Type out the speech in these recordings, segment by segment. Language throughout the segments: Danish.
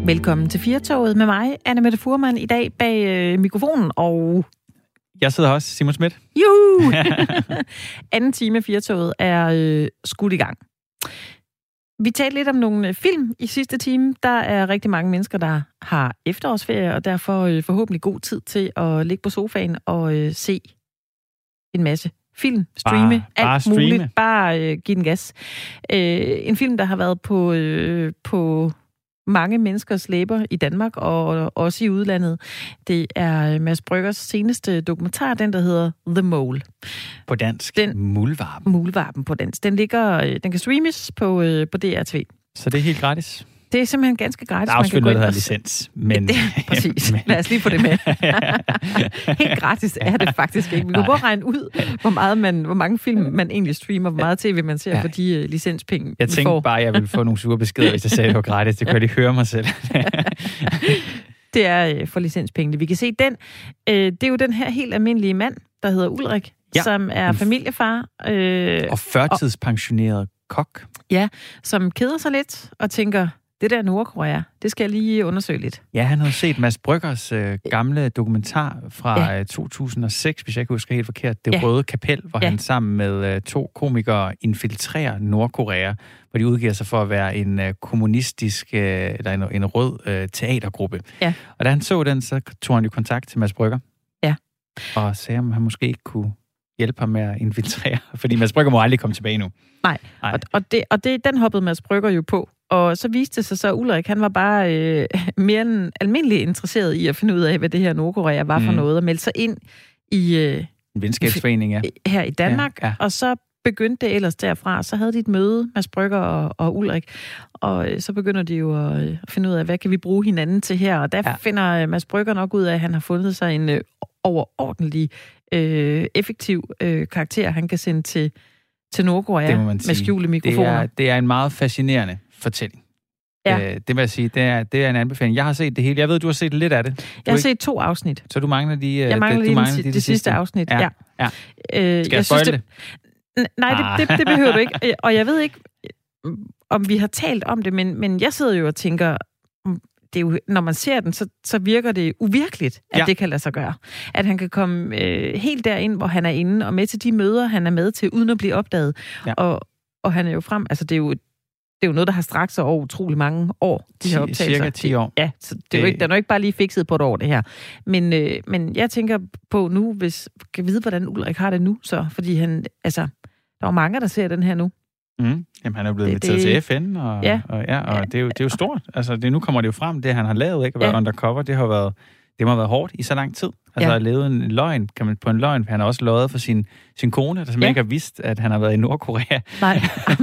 Velkommen til Firtoget med mig, Anne-Mette Fuhrmann, i dag bag mikrofonen, og... Jeg sidder også, Simon Schmidt. Juhu! Anden time af Firtoget er skudt i gang. Vi talte lidt om nogle film i sidste time. Der er rigtig mange mennesker, der har efterårsferie, og derfor forhåbentlig god tid til at ligge på sofaen og se en masse film, streame, alt muligt. Bare give den gas. En film, der har været på mange menneskers læber i Danmark og også i udlandet. Det er Mads Bryggers seneste dokumentar, den der hedder The Mole. På dansk. Muldvarpen. Muldvarpen på dansk. Den kan streames på DR2. Så det er helt gratis? Det er simpelthen ganske gratis. Der er også noget, der hedder licens. Men... Præcis. Lad os lige få det med. Helt gratis er det faktisk ikke. Vi kan bare regne ud, hvor mange film man egentlig streamer, hvor meget tv man ser for de licenspenge, jeg tænkte bare, at jeg ville få nogle sure beskeder, hvis jeg sagde, at det var gratis. Det kunne jeg lige høre mig selv. Det er for licenspengene. Vi kan se den. Det er jo den her helt almindelige mand, der hedder Ulrik, som er familiefar. Og førtidspensioneret kok. Ja, som keder sig lidt og tænker... Det der Nordkorea, det skal jeg lige undersøge lidt. Ja, han havde set Mads Bryggers gamle dokumentar fra 2006, hvis jeg ikke husker helt forkert. Det Røde Kapel, hvor han sammen med 2 komikere infiltrerer Nordkorea, hvor de udgiver sig for at være en kommunistisk, eller en rød teatergruppe. Ja. Og da han så den, så tog han jo kontakt til Mads Brygger. Ja. Og sagde, om han måske ikke kunne hjælpe ham med at infiltrere. Fordi Mads Brygger må aldrig komme tilbage nu. Nej. Og den hoppede Mads Brygger jo på. Og så viste det sig så, at Ulrik, han var bare mere end almindelig interesseret i at finde ud af, hvad det her Nordkorea var for noget, og melde sig ind i en venskabsforening her i Danmark. Ja. Og så begyndte det ellers derfra. Så havde de et møde, Mads Brygger og Ulrik, og så begynder de jo at finde ud af, hvad kan vi bruge hinanden til her? Og der finder Mads Brygger nok ud af, at han har fundet sig en overordentlig effektiv karakter, han kan sende til Nordkorea med skjulte mikrofoner. Det er en meget fascinerende fortælling. Ja. Det vil jeg sige, det er en anbefaling. Jeg har set det hele. Jeg ved, du har set lidt af det. Jeg har set 2 afsnit. Så du mangler Jeg mangler de sidste afsnit, ja. Skal jeg spoile det? Nej, det behøver du ikke. Og jeg ved ikke, om vi har talt om det, men jeg sidder jo og tænker, det er jo, når man ser den, så virker det uvirkeligt, at det kan lade sig gøre. At han kan komme helt derind, hvor han er inde, og med til de møder, han er med til, uden at blive opdaget. Ja. Og han er jo frem, altså det er jo noget, der har strakt sig over utrolig mange år, de her optagelser. Cirka 10 år. Ja, så det er jo ikke bare lige fikset på et år, det her. Men jeg tænker på nu, hvis kan vide, hvordan Ulrik har det nu, så. Fordi han, altså, der er jo mange, der ser den her nu. Jamen, han er jo blevet inviteret til FN, og det er jo stort. Altså, nu kommer det jo frem, det han har lavet, ikke? At være undercover, det må have været hårdt i så lang tid. Altså, at leve en løgn, på en løgn. Han har også løjet for sin kone, der simpelthen ikke har vidst, at han har været i Nordkorea. Nej,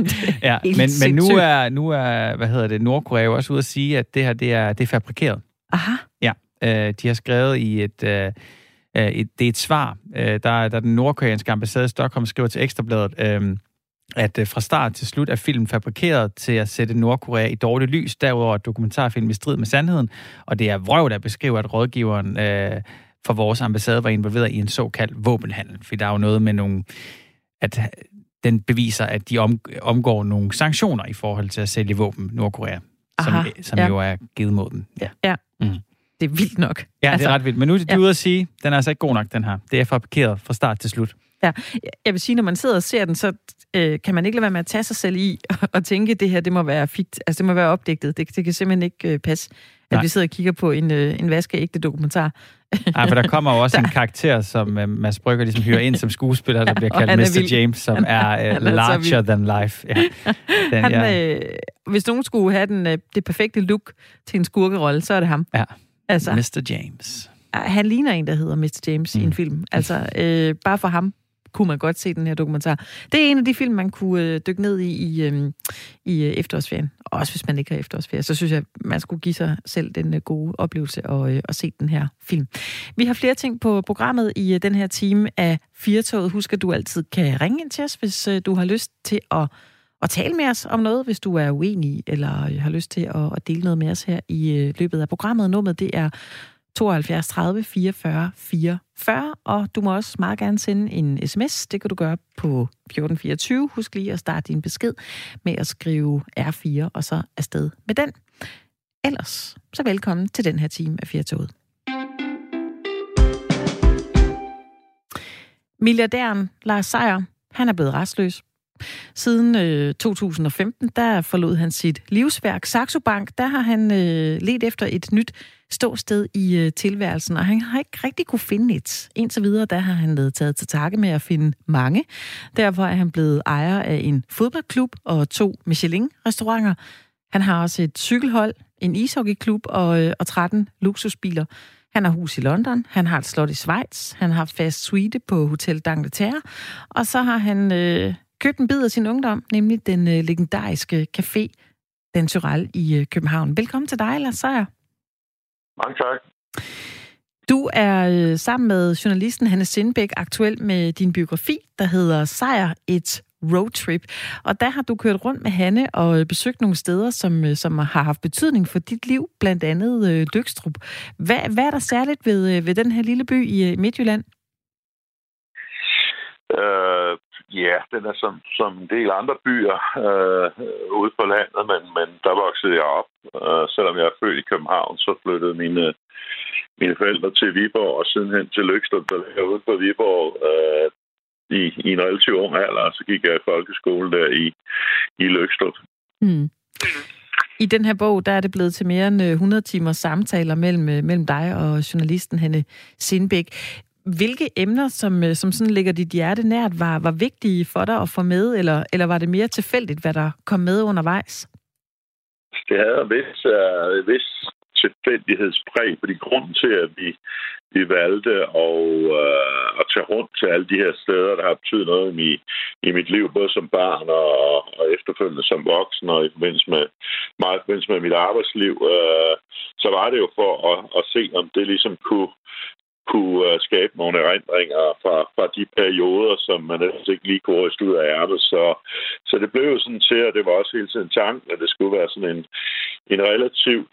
men nu er Nordkorea jo også ude at sige, at det her, det er fabrikeret. Aha. Ja, de har skrevet i det er et svar, der den nordkoreanske ambassade i Stockholm skriver til Ekstrabladet, at fra start til slut er filmen fabrikeret til at sætte Nordkorea i dårligt lys. Derudover er dokumentarfilm i strid med sandheden, og det er vrøv, der beskriver, at rådgiveren for vores ambassade var involveret i en såkaldt våbenhandel. For der er jo noget med at den beviser, at de omgår nogle sanktioner i forhold til at sælge våben Nordkorea, som jo er givet mod dem. Ja. Mm. Det er vildt nok. Ja, det er ret vildt. Men nu er det ude at sige, den er altså ikke god nok, den her. Det er fabrikeret fra start til slut. Ja, jeg vil sige, når man sidder og ser den, så kan man ikke lade være med at tage sig selv i og tænke, at det her, det må være det må være opdigtet. Det kan simpelthen ikke passe, at vi sidder og kigger på en vaskeægte dokumentar. Nej, for der kommer jo også en karakter, som Mads Brygger ligesom hyrer ind som skuespiller, der bliver kaldt Mr. James, som er larger than life. Ja. Hvis nogen skulle have det perfekte look til en skurkerolle, så er det ham. Ja, altså, Mr. James. Han ligner en, der hedder Mr. James i en film. Altså, bare for ham kunne man godt se den her dokumentar. Det er en af de film, man kunne dykke ned i efterårsferien. Og også hvis man ikke har efterårsferie, så synes jeg, man skulle give sig selv den gode oplevelse at se den her film. Vi har flere ting på programmet i den her time af Firtoget. Husk, at du altid kan ringe ind til os, hvis du har lyst til at tale med os om noget, hvis du er uenig, eller har lyst til at dele noget med os her i løbet af programmet. Nummeret, det er 72 30 44 44, og du må også meget gerne sende en sms. Det kan du gøre på 1424. Husk lige at starte din besked med at skrive R4, og så afsted med den. ellers, så velkommen til den her time af Firtoget. Milliardæren Lars Seier, han er blevet rastløs. Siden 2015, der forlod han sit livsværk Saxo Bank. Der har han ledt efter et nyt ståsted i tilværelsen, og han har ikke rigtig kunne finde et. Indtil videre, der har han været taget til takke med at finde mange. Derfor er han blevet ejer af en fodboldklub og 2 Michelin-restauranter. Han har også et cykelhold, en ishockeyklub og 13 luksusbiler. Han har hus i London, han har et slot i Schweiz, han har fast suite på Hotel d'Angleterre, og så har han købt en bid af sin ungdom, nemlig den legendariske café Den Tyrell i København. Velkommen til dig, Lars Seier. Mange tak. Du er sammen med journalisten Hanne Sindbæk aktuel med din biografi, der hedder Seier et roadtrip. Og der har du kørt rundt med Hanne og besøgt nogle steder, som har haft betydning for dit liv, blandt andet Løgstrup. Hvad er der særligt ved den her lille by i Midtjylland? Ja, den er som en del andre byer ude på landet, men der voksede jeg op. Selvom jeg er født i København, så flyttede mine forældre til Viborg og sidenhen til Løgstrup, der ligger ude på Viborg i en relativt ung alder, og så gik jeg i folkeskole der i Løgstrup. Mm. I den her bog, der er det blevet til mere end 100 timers samtaler mellem dig og journalisten Hanne Sindbæk. Hvilke emner, som sådan ligger dit hjerte nært, var vigtige for dig at få med, eller var det mere tilfældigt, hvad der kom med undervejs? Det havde en vis tilfældighedspræg, fordi grunden til, at vi valgte at tage rundt til alle de her steder, der har betydet noget i mit liv, både som barn og efterfølgende som voksen, og i forbindelse med mit arbejdsliv, så var det jo for at se, om det ligesom kunne skabe nogle erindringer fra de perioder, som man ellers ikke lige kunne ryste ud af ærmet. Så det blev jo sådan til, at det var også hele tiden tanken, at det skulle være sådan en relativt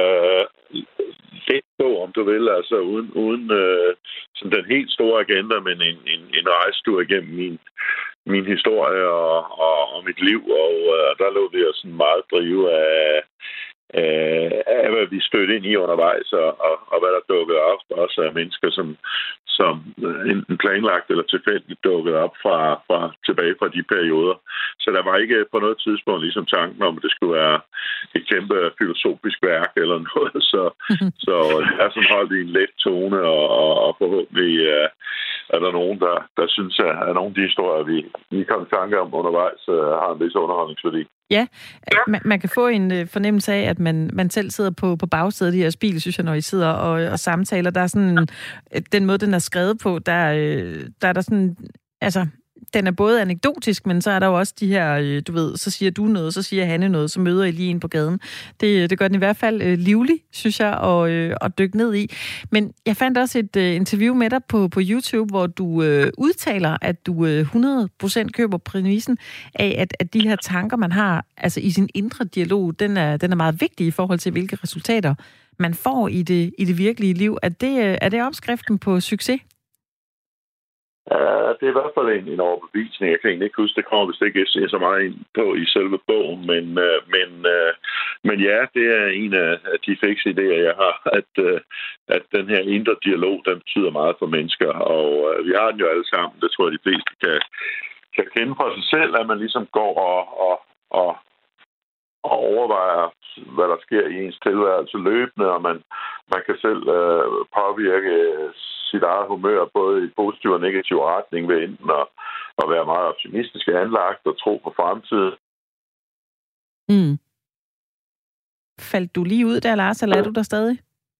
let bog, om du vil, altså uden sådan den helt store agenda, men en rejstur igennem min historie og mit liv, og der lå vi jo sådan meget drive af hvad vi stødte ind i undervejs, og hvad der dukkede op, også af mennesker, som enten planlagt eller tilfældigt dukkede op tilbage fra de perioder. Så der var ikke på noget tidspunkt ligesom tanken om, at det skulle være et kæmpe filosofisk værk eller noget, så det er sådan holdt i en let tone, og forhåbentlig er der nogen, der synes, at nogle af de historier, vi kom i tanke om undervejs, har en vis underholdningsværdi. Ja, man kan få en fornemmelse af, at man selv sidder på bagsædet i jeres bil, synes jeg, når I sidder og samtaler. Der er sådan, den måde, den er skrevet på, der er der sådan, altså, den er både anekdotisk, men så er der jo også de her, du ved, så siger du noget, så siger Hanne noget, så møder I lige en på gaden. Det gør den i hvert fald livlig, synes jeg, at dykke ned i. Men jeg fandt også et interview med dig på YouTube, hvor du udtaler, at du 100% køber præmissen af, at de her tanker, man har, altså i sin indre dialog, den er meget vigtig i forhold til, hvilke resultater man får i det virkelige liv. Er det opskriften på succes? Det er i hvert fald en overbevisning. Jeg kan egentlig ikke huske, det kommer vist ikke så meget ind på i selve bogen, men ja, det er en af de fikse idéer, jeg har, at den her indre dialog, den betyder meget for mennesker, og vi har den jo alle sammen. Det tror jeg, de fleste kan kende fra sig selv, at man ligesom går og overvejer, hvad der sker i ens tilværelse løbende, og man kan selv påvirke sit eget humør, både i positiv og negativ retning, ved enten at være meget optimistisk anlagt og tro på fremtiden. Mm. Faldt du lige ud der, Lars, eller er du der stadig?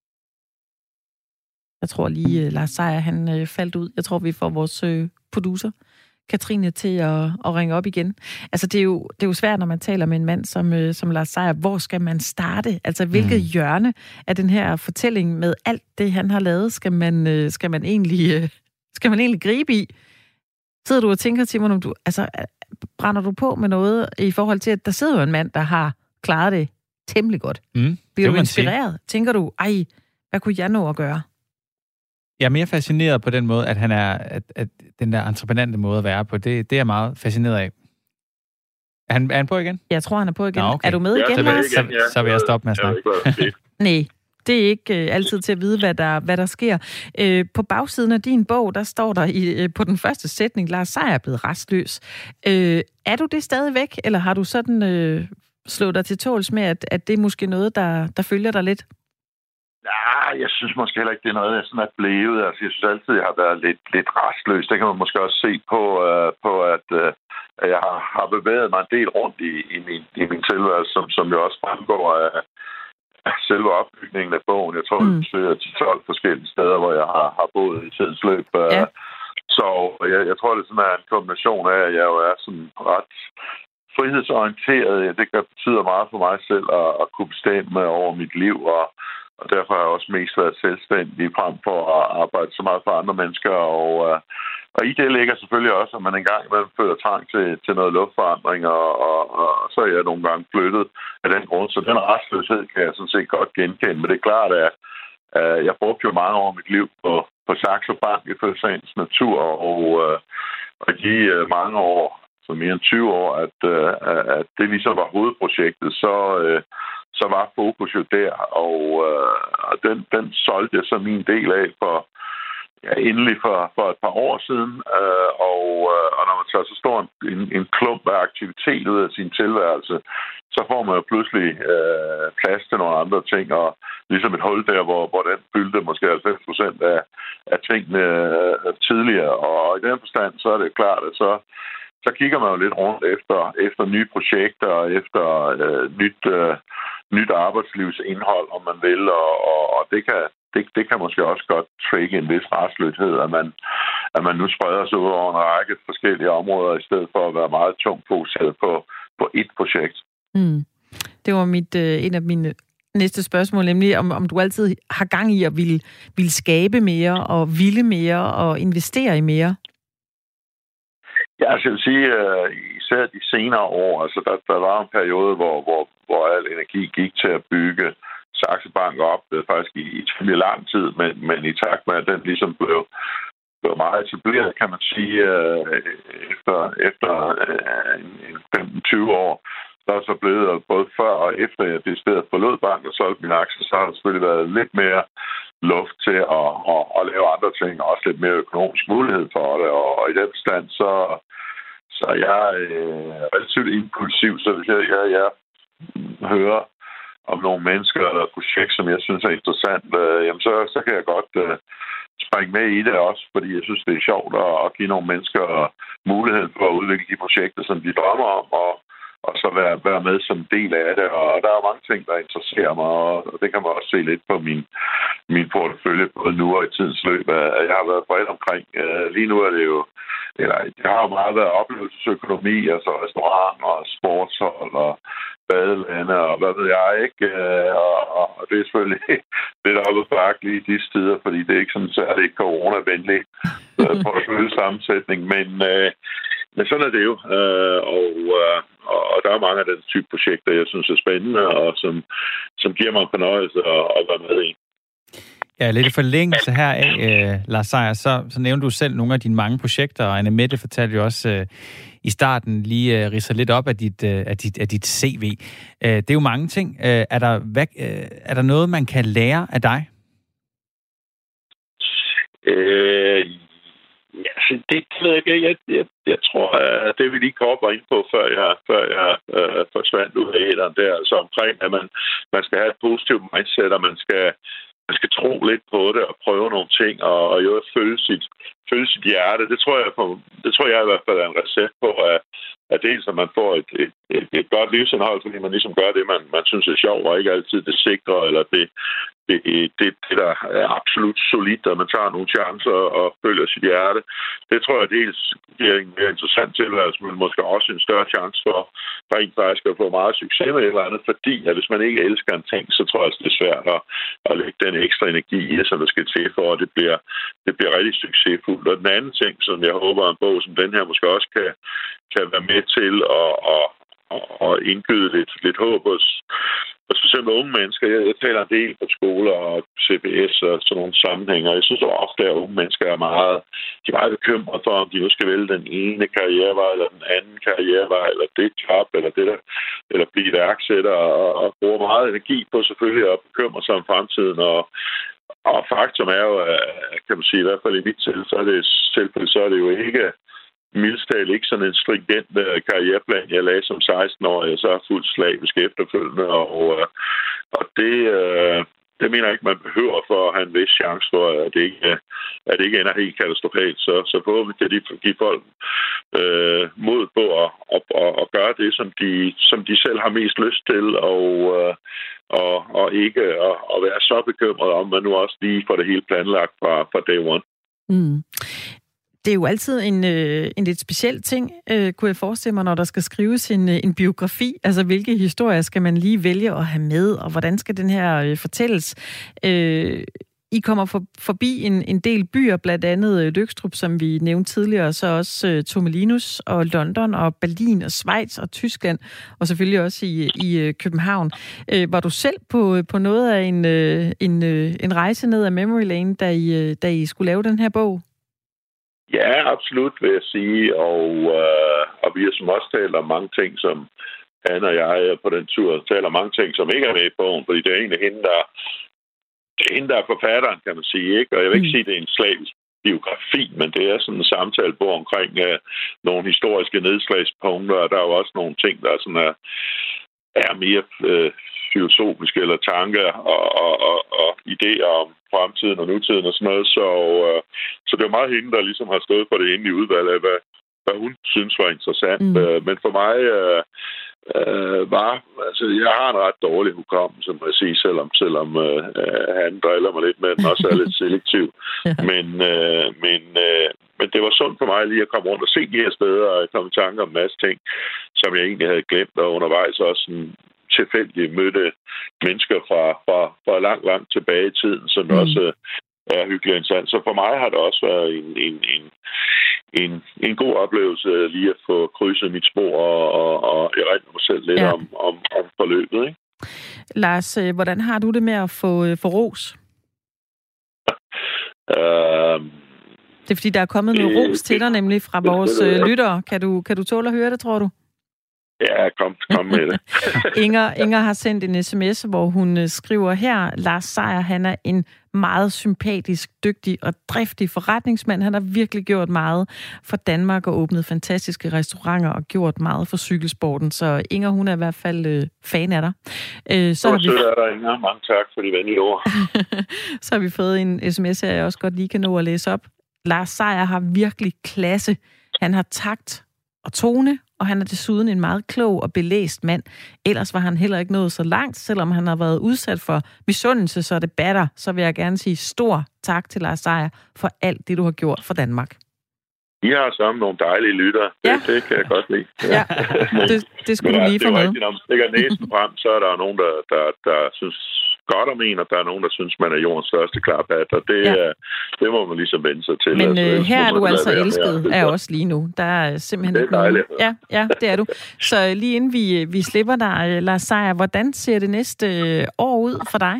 Jeg tror lige, Lars Seier, han faldt ud. Jeg tror, vi får vores producer, Katrine, til at ringe op igen. Altså, det er jo svært, når man taler med en mand som Lars Seier. Hvor skal man starte? Altså, hvilket hjørne af den her fortælling med alt det, han har lavet, skal man egentlig gribe i? Sidder du og tænker, Simon, om brænder du på med noget i forhold til, at der sidder jo en mand, der har klaret det temmelig godt? Bliver du inspireret? Tænker du, hvad kunne jeg nå at gøre? Jeg er mere fascineret på den måde, at han er, at den der entreprenante måde at være på, det er jeg meget fascineret af. Er han på igen? Jeg tror, han er på igen. Nå, okay. Er du med igen, Lars? Så vil jeg stoppe med at snakke. Nej. Det er ikke altid til at vide, hvad der sker. På bagsiden af din bog, der står der på den første sætning, Lars Seier er blevet restløs. Er du det stadigvæk, eller har du sådan slået dig til tåls med, at det er måske noget, der følger dig lidt? Ja, jeg synes måske heller ikke, det er noget, jeg sådan er blevet. Altså, jeg synes altid, jeg har været lidt restløs. Det kan man måske også se på at jeg har bevæget mig en del rundt i min tilværelse, som jo også fremgår af selve opbygningen af bogen. Jeg tror, det er 12 forskellige steder, hvor jeg har boet i tidens løb. Ja. Så jeg tror, det sådan er en kombination af, at jeg jo er sådan ret frihedsorienteret. Det betyder meget for mig selv at kunne bestemme over mit liv, og derfor har jeg også mest været selvstændig frem for at arbejde så meget for andre mennesker. Og i det ligger selvfølgelig også, at man engang imellem føler trang til noget luftforandring, og så er jeg nogle gange flyttet af den grund. Så den restløshed kan jeg sådan set godt genkende. Men det er klart, at jeg brugte jo mange år af mit liv på Saxo Bank i sagens natur, og de mange år, så mere end 20 år, at det ligesom var hovedprojektet, så var fokus jo der, og den solgte jeg så min del af endelig for et par år siden, og når man tager så stor en klump af aktivitet ud af sin tilværelse, så får man jo pludselig plads til nogle andre ting, og ligesom et hul der, hvor den fyldte måske 90% af tingene tidligere, og i den forstand, så er det klart, at så kigger man jo lidt rundt efter nye projekter, efter nyt arbejdslivsindhold, om man vil, og det kan måske også godt trigge en vis restløshed, at man nu spreder sig ud over en række forskellige områder, i stedet for at være meget tungt fokuseret på ét projekt. Det var en af mine næste spørgsmål, nemlig om du altid har gang i at ville skabe mere, og ville mere, og investere i mere. Ja, altså jeg vil sige, især de senere år, altså der var en periode, hvor al energi gik til at bygge Saxo Bank op, faktisk i temmelig lang tid, men i takt med, at den ligesom blev meget etableret, kan man sige, efter 15-20 år, så er så blevet både før og efter jeg decideret forlod banken og solgte mine aktier, så har der selvfølgelig været lidt mere luft til at lave andre ting, og også lidt mere økonomisk mulighed for det, og i den stand, så er jeg relativt impulsiv, så hvis jeg hører om nogle mennesker eller et projekt, som jeg synes er interessant, jamen så kan jeg godt springe med i det også, fordi jeg synes, det er sjovt at give nogle mennesker muligheden for at udvikle de projekter, som de drømmer om, og så være med som en del af det. Og der er mange ting, der interesserer mig, og det kan man også se lidt på min portefølje, både nu og i tidens løb, at jeg har været bredt omkring. Lige nu er det jo, det har jo meget været oplevelsesøkonomi, altså restauranter og sportshold og badelande og hvad ved jeg, ikke? Og det er selvfølgelig lidt op ad bakke lige i de steder, fordi det er ikke sådan særligt corona-venlig porteføljesammensætning, men sådan er det jo, og der er mange af den type projekter, jeg synes er spændende, og som giver mig en fornøjelse at være med i. Ja, lidt i forlængelse heraf, Lars Seier, så nævnte du selv nogle af dine mange projekter, og Anne-Mette fortalte jo også i starten lige ridser lidt op af dit CV. Det er jo mange ting. Er der noget, man kan lære af dig? Ja, det ved jeg ikke. Jeg tror, at det vi lige var ind på, før jeg forsvandt ud af æderen der, altså omkring, at man skal have et positivt mindset, og man skal tro lidt på det og prøve nogle ting og jo følge sit hjerte. Det tror jeg i hvert fald er en recept på, at dels at man får et godt livsindhold, fordi man ligesom gør det, man synes er sjovt, og ikke altid det sikre, eller det der er absolut solidt, at man tager nogle chancer og følger sit hjerte. Det tror jeg dels giver en mere interessant tilværelse, men måske også en større chance for rent faktisk at få meget succes med et eller andet, fordi at hvis man ikke elsker en ting, så tror jeg, at det er svært at lægge den ekstra energi i det, som der skal til for, at det bliver rigtig succesfuldt. Og den anden ting, som jeg håber, en bog som den her måske også kan være med til og indgyde lidt håb hos for eksempel unge mennesker. Jeg taler en del på skoler og CBS og sådan nogle sammenhænge, og jeg synes ofte, at unge mennesker er meget bekymrede for, om de nu skal vælge den ene karrierevej, eller den anden karrierevej, eller det job, eller det der, eller blive iværksætter, og bruger meget energi på selvfølgelig at bekymre sig om fremtiden, og faktum er jo, kan man sige, i hvert fald i mit tilfælde, så er det jo ikke mildest ikke sådan en stringent karriereplan, jeg lagde som 16-årig, så er fuldt slavisk efterfølgende, og det mener jeg ikke, man behøver for at have en vis chance for, at det ikke ender helt katastrofalt. Så forhåbentlig kan de give folk mod på at gøre det, som de selv har mest lyst til, og ikke at være så bekymret om, man nu også lige får det hele planlagt fra day one. Mm. Det er jo altid en lidt speciel ting, kunne jeg forestille mig, når der skal skrives en biografi. Altså, hvilke historier skal man lige vælge at have med, og hvordan skal den her fortælles? I kommer forbi en del byer, blandt andet Løgstrup, som vi nævnte tidligere, så også Tomelinus og London og Berlin og Schweiz og Tyskland, og selvfølgelig også i København. Var du selv på noget af en rejse ned ad Memory Lane, da I skulle lave den her bog? Ja, absolut, vil jeg sige. Og vi har som også talt om mange ting, som Anne og jeg på den tur taler om mange ting, som ikke er med i bogen, fordi det er egentlig hende, der er forfatteren, kan man sige, ikke? Og jeg vil ikke sige, at det er en slavisk biografi, men det er sådan en samtalebog omkring nogle historiske nedslagspunkter, og der er jo også nogle ting, der sådan er mere filosofiske eller tanker og idéer om fremtiden og nutiden og sådan noget. Så det er meget hende, der ligesom har stået for det inde i udvalget af, hvad hun synes var interessant. Men for mig jeg har en ret dårlig hukommelse, må jeg sige, selvom han driller mig lidt med, den også er lidt selektiv. Men det var sundt for mig lige at komme rundt og se de her steder, og jeg kom i tanke om en masse ting, som jeg egentlig havde glemt, og undervejs også tilfældigt mødte mennesker fra langt tilbage i tiden, som også er hyggelig og interessant. Så for mig har det også været en god oplevelse lige at få krydset mit spor og erindre mig selv lidt om forløbet. Ikke? Lars, hvordan har du det med at få ros? Det er fordi, der er kommet noget ros til dig, nemlig fra vores lyttere. Kan du tåle at høre det, tror du? Ja, kom med det. Inger har sendt en sms, hvor hun skriver her, Lars Seier, han er en meget sympatisk, dygtig og driftig forretningsmand. Han har virkelig gjort meget for Danmark og åbnet fantastiske restauranter og gjort meget for cykelsporten. Så Inger, hun er i hvert fald fan af dig. Så har vi... Inger. Mange tak for de venlige ord. Så har vi fået en sms her, jeg også godt lige kan nå at læse op. Lars Seier har virkelig klasse. Han har takt og tone, og han er desuden en meget klog og belæst mand. Ellers var han heller ikke nået så langt, selvom han har været udsat for misundelse og debatter. Så vil jeg gerne sige stor tak til Lars Seier for alt det, du har gjort for Danmark. I har sammen nogle dejlige lyttere. Ja. Det kan jeg godt lide. Ja, det skulle du lige få med. Det er rigtigt, når man stikker næsen frem, så er der nogen, der synes godt om en, og der er nogen, der synes, man er jordens største klarpat, og det må man ligesom vende sig til. Men her er du altså elsket af os lige nu. Der er simpelthen ikke noget. Ja, det er du. Så lige inden vi slipper dig, Lars Seier, hvordan ser det næste år ud for dig?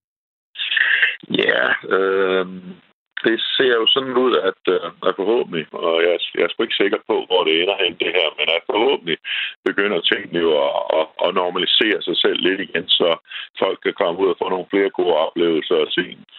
Ja, det ser jo sådan ud, at forhåbentlig, og jeg er sgu ikke sikker på, hvor det ender hen det her, men at forhåbentlig begynder tingene jo at normalisere sig selv lidt igen, så folk kan komme ud og få nogle flere gode oplevelser og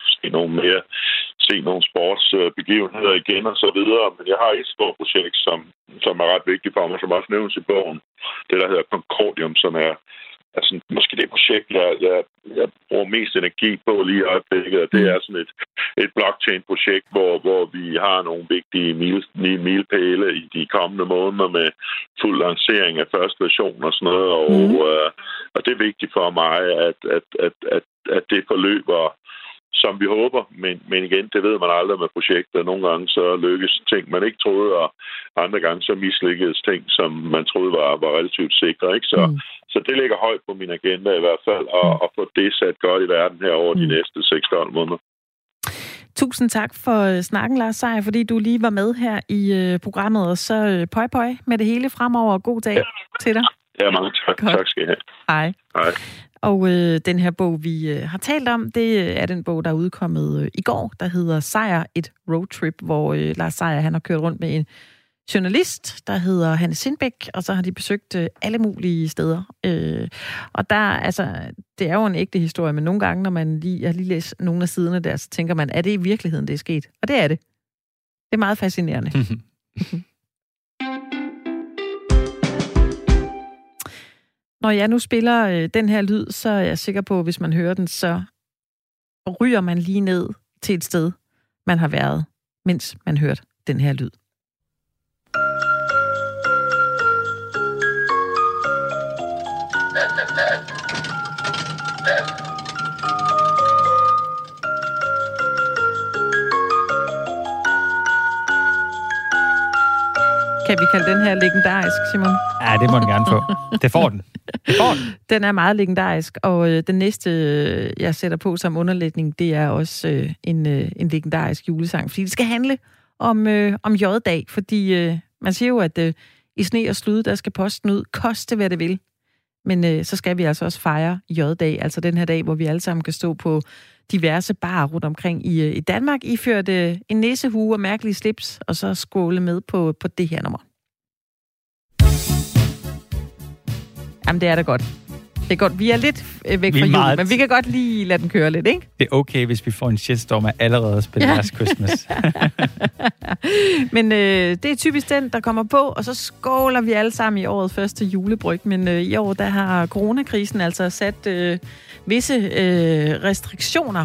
se nogle sportsbegivenheder igen og så videre. Men jeg har et stort projekt, som er ret vigtigt for mig, som også nævnes i bogen. Det, der hedder Concordium, som er måske det projekt, jeg bruger mest energi på lige i øjeblikket, og det er sådan et blockchain-projekt, hvor vi har nogle vigtige milepæle i de kommende måneder med fuld lancering af første version og sådan noget, og det er vigtigt for mig, at det forløber som vi håber, men igen, det ved man aldrig med projekter. Nogle gange så lykkes ting, man ikke troede, og andre gange så mislykkedes ting, som man troede var relativt sikre. Ikke? Så det ligger højt på min agenda i hvert fald, at få det sat godt i verden her over de næste 6-12 måneder. Tusind tak for snakken, Lars Seier, fordi du lige var med her i programmet, og så pøj med det hele fremover, og god dag til dig. Ja, mange tak. Godt. Tak skal I have. Hej. Hej. Og den her bog, vi har talt om, det er den bog, der er udkommet i går, der hedder Seier, et roadtrip, hvor Lars Seier, han har kørt rundt med en journalist, der hedder Hanne Sindbæk, og så har de besøgt alle mulige steder. Og der, altså, det er jo en ægte historie, men nogle gange, når jeg har lige læst nogle af siderne der, så tænker man, er det i virkeligheden, det er sket? Og det er det. Det er meget fascinerende. Når jeg nu spiller den her lyd, så er jeg sikker på, at hvis man hører den, så ryger man lige ned til et sted, man har været, mens man hørte den her lyd. Kan vi kalde den her legendarisk, Simon? Ja, det må den gerne få. Det får den. Den er meget legendarisk, og den næste, jeg sætter på som underlægning, det er også en legendarisk julesang, fordi det skal handle om J-dag, fordi man siger jo, at i sne og slud, der skal posten ud, koste hvad det vil. Men så skal vi altså også fejre J-dag, altså den her dag, hvor vi alle sammen kan stå på diverse barer rundt omkring i Danmark, iført en næsehue og mærkelige slips, og så skåle med på det her nummer. Jamen, det er da godt. Det er godt. Vi er lidt væk fra jul, men vi kan godt lige lade den køre lidt, ikke? Det er okay, hvis vi får en shitstorm af allerede spille Last Christmas. Men det er typisk den, der kommer på, og så skåler vi alle sammen i året første julebryg. Men i år, der har coronakrisen altså sat visse restriktioner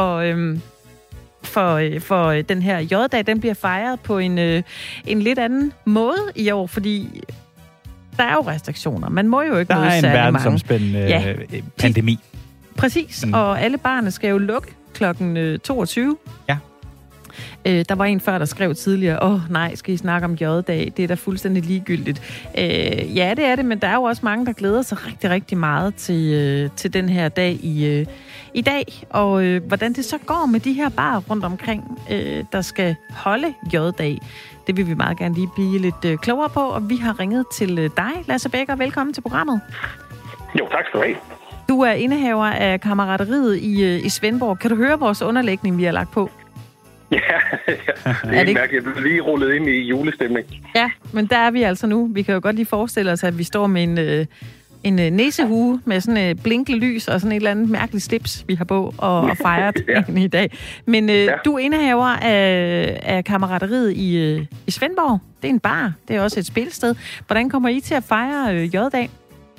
for den her J-dag. Den bliver fejret på en lidt anden måde i år, fordi der er jo restriktioner. Man må jo ikke møde særlig mange. Der er en verdensomspændende pandemi. Præcis, og alle barne skal jo lukke klokken 22. Ja. Der var en før, der skrev tidligere, nej, skal I snakke om J-dag? Det er da fuldstændig ligegyldigt. Ja, det er det, men der er jo også mange, der glæder sig rigtig, rigtig meget til den her dag i dag. Og hvordan det så går med de her barer rundt omkring, der skal holde J-dag, det vil vi meget gerne lige blive lidt klogere på. Og vi har ringet til dig, Lasse Becker. Velkommen til programmet. Jo, tak skal du have. Du er indehaver af Kammerateriet i Svendborg. Kan du høre vores underlægning, vi har lagt på? Ja, det er ikke mærkeligt. Jeg blev lige rullet ind i julestemning. Ja, men der er vi altså nu. Vi kan jo godt lige forestille os, at vi står med en næsehue med sådan et blinkende lys og sådan et eller andet mærkeligt slips, vi har på og fejret i dag. Men du er indehaver af Kammerateriet i Svendborg. Det er en bar. Det er også et spilsted. Hvordan kommer I til at fejre J-dag?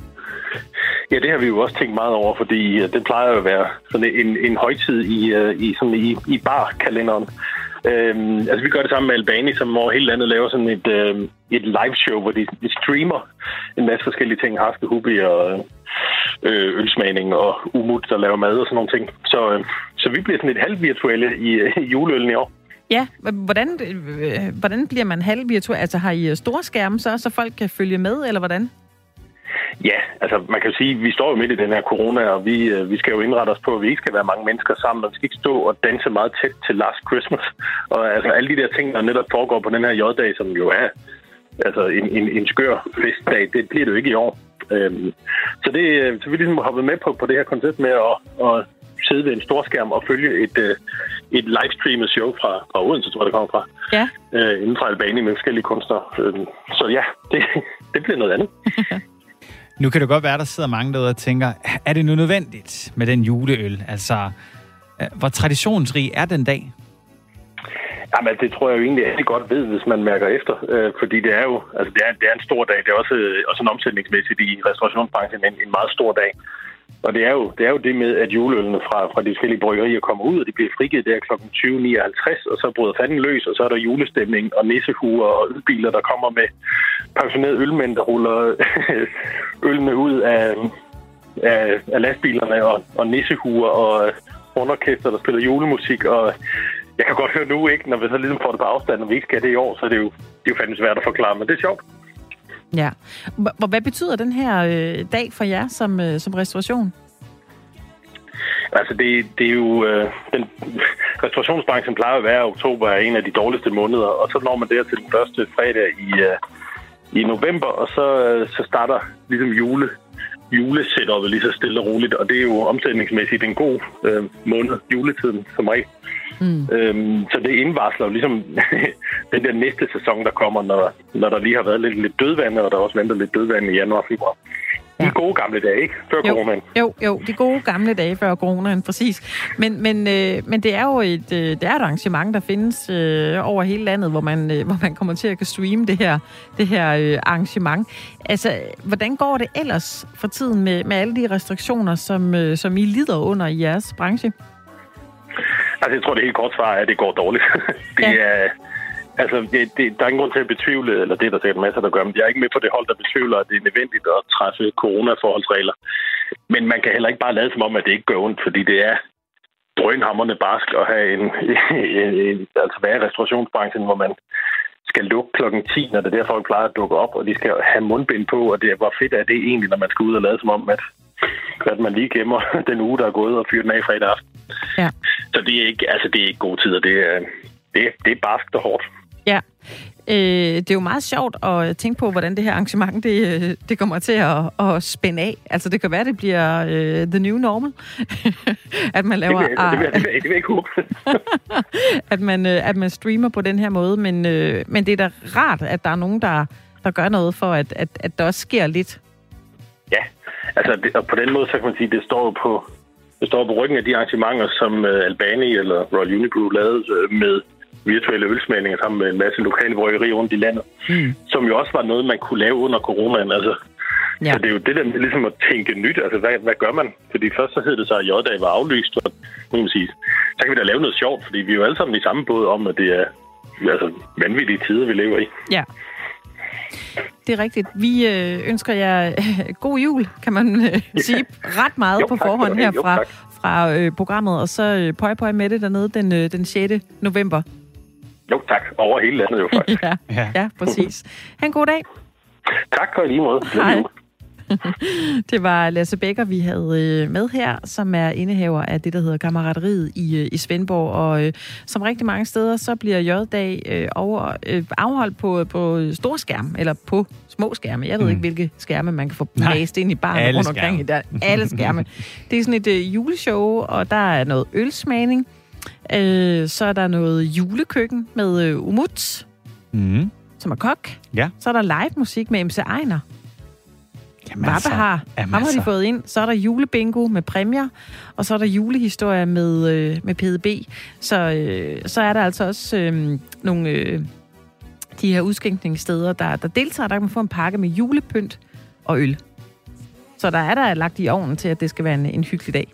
Ja, det har vi jo også tænkt meget over, fordi det plejer jo at være sådan en højtid i barkalenderen. Altså, vi gør det sammen med Albani, som over hele landet laver sådan et live-show, hvor de streamer en masse forskellige ting. Haskehubi og ølsmagning og Umut, der laver mad og sådan nogle ting. Så vi bliver sådan et halvvirtuelle i juleøllen i år. Ja, hvordan bliver man halvvirtuel? Altså, har I store skærme så folk kan følge med, eller hvordan? Ja, altså man kan jo sige, at vi står jo midt i den her corona, og vi skal jo indrette os på, at vi ikke skal være mange mennesker sammen, og vi skal ikke stå og danse meget tæt til Last Christmas. Og altså alle de der ting, der netop foregår på den her J-dag, som jo er altså en skør festdag, det bliver det jo ikke i år. Så vi ligesom hoppet med på det her koncept med at sidde ved en storskærm og følge et livestreamet show fra Odense, tror jeg, det kommer fra. Ja. Inden fra Albani med forskellige kunstnere. Så ja, det bliver noget andet. Nu kan det godt være, der sidder mange derude og tænker, er det nu nødvendigt med den juleøl? Altså, hvor traditionsrig er den dag? Jamen, det tror jeg jo egentlig rigtig godt ved, hvis man mærker efter. Fordi det er jo altså, det er en stor dag. Det er også en omsætningsmæssigt i restaurationsbranchen en meget stor dag. Og det er jo det med, at juleølene fra de forskellige bryggerier kommer ud, og de bliver frigivet der kl. 20.59, og så bryder fanden løs, og så er der julestemning og nissehuer og ølbiler, der kommer med pensionerede ølmænd, der ruller ølene ud af lastbilerne og nissehuer og underorkester, der spiller julemusik. Og jeg kan godt høre nu, ikke, når vi så ligesom får det på afstand, og vi ikke skal det i år, så er det jo fandme svært at forklare, men det er sjovt. Ja. Hvad betyder den her dag for jer som restauration? Altså, det er jo... restaurationsbranchen plejer at være, at oktober er en af de dårligste måneder, og så når man der til den første fredag i november, og så starter ligesom julesetupet lige så stille og roligt, og det er jo omsætningsmæssigt en god måned, juletiden som regel. Så det indvarsler jo ligesom den der næste sæson, der kommer, når der lige har været lidt dødvande, og der også venter lidt dødvande i januar og februar. De gode gamle dage, ikke? Før coronaen. Jo, de gode gamle dage før coronaen, præcis. Men det er jo et arrangement, der findes over hele landet, hvor man kommer til at kan streame det her arrangement. Altså, hvordan går det ellers for tiden med alle de restriktioner, som I lider under i jeres branche? Altså, jeg tror, det helt kort svar er, at det går dårligt. Der er ingen grund til at betvivle, eller det er der sikkert masser, der gør, men jeg er ikke med på det hold, der betvivler, at det er nødvendigt at træffe coronaforholdsregler. Men man kan heller ikke bare lade som om, at det ikke gør ondt, fordi det er drønhamrende barsk at have altså være i restaurationsbranchen, hvor man skal lukke klokken 10, når det er der, folk plejer at dukke op, og de skal have mundbind på, og det er hvor fedt er det egentlig, når man skal ud og lade som om, at man lige gemmer den uge, der er gået, og fyrer den af fredag aften. Ja. Så det er ikke gode tider, det er barskt og hårdt. Ja. Det er jo meget sjovt at tænke på, hvordan det her arrangement det kommer til at spænde af. Altså, det kan være, det bliver the new normal. At man laver... Det vil ikke håbe. at man streamer på den her måde. Men det er da rart, at der er nogen, der gør noget for, at der også sker lidt. Ja, altså, og på den måde, så kan man sige, det står på ryggen af de arrangementer, som Albani eller Royal Unibrew lavede med virtuelle ølsmagninger sammen med en masse lokale bryggerier rundt i landet, som jo også var noget, man kunne lave under coronaen. Altså, ja. Så det er jo det der med ligesom at tænke nyt. Altså, hvad gør man? Fordi først så hed det så, at J-dag var aflyst, og nu må sige, så kan vi da lave noget sjovt, fordi vi er jo alle sammen i samme båd om, at det er altså vanvittige tider, vi lever i. Ja. Det er rigtigt. Vi ønsker jer god jul, kan man sige ret meget på forhånd her fra programmet, og så pøj med det dernede den 6. november. Jo, tak. Over hele landet jo faktisk. ja, præcis. Ha' en god dag. Tak, og i lige måde. Hej. Det var Lasse Becker, vi havde med her, som er indehaver af det, der hedder Kammeraderiet i Svendborg. Og som rigtig mange steder, så bliver J-dag afholdt på store skærme, eller på små skærme. Jeg ved ikke, hvilke skærme man kan få blæst ind i baren rundt omkring i der. Alle skærme. Det er sådan et juleshow, og der er noget ølsmagning. Så er der noget julekøkken med Umut, som er kok. Ja. Så er der live musik med MC Ejner. Baba har. Ham har de fået ind. Så er der julebingo med præmier, og så er der julehistorie med PDB. Så er der altså også nogle de her udskænkningssteder, der deltager. Der kan man få en pakke med julepynt og øl. Så der er der lagt i ovnen til, at det skal være en hyggelig dag.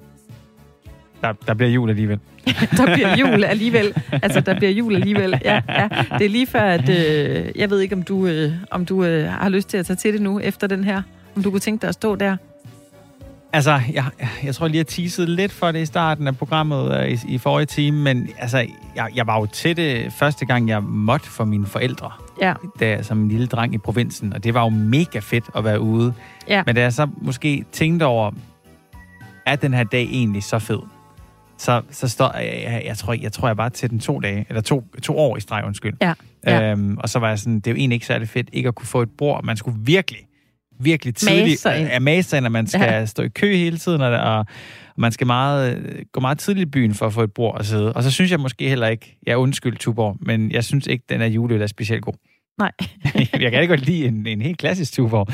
Der bliver jul alligevel. Der bliver jul alligevel. Altså, der bliver jul alligevel. Ja. Det er lige før, at jeg ved ikke, om du har lyst til at tage til det nu, efter den her. Om du kunne tænke dig at stå der? Altså, jeg tror lige, jeg teasede lidt for det i starten af programmet i forrige time, men altså, jeg var jo til det første gang, jeg måtte for mine forældre. Ja. Som en lille dreng i provinsen, og det var jo mega fedt at være ude. Ja. Men da jeg så måske tænkte over, er den her dag egentlig så fed? Så står jeg tror jeg bare til den 2 dage, eller to år i streg, undskyld. Ja. Og så var jeg sådan, det er jo egentlig ikke særlig fedt ikke at kunne få et bord. Man skulle virkelig tidligt mase sig ind, at man skal stå i kø hele tiden, og man skal gå meget tidligt i byen for at få et bord at sidde. Og så synes jeg måske heller ikke, jeg undskyld Tuborg, men jeg synes ikke, den her juleøl er specielt god. Nej. Jeg kan ikke godt lide en helt klassisk Tuborg.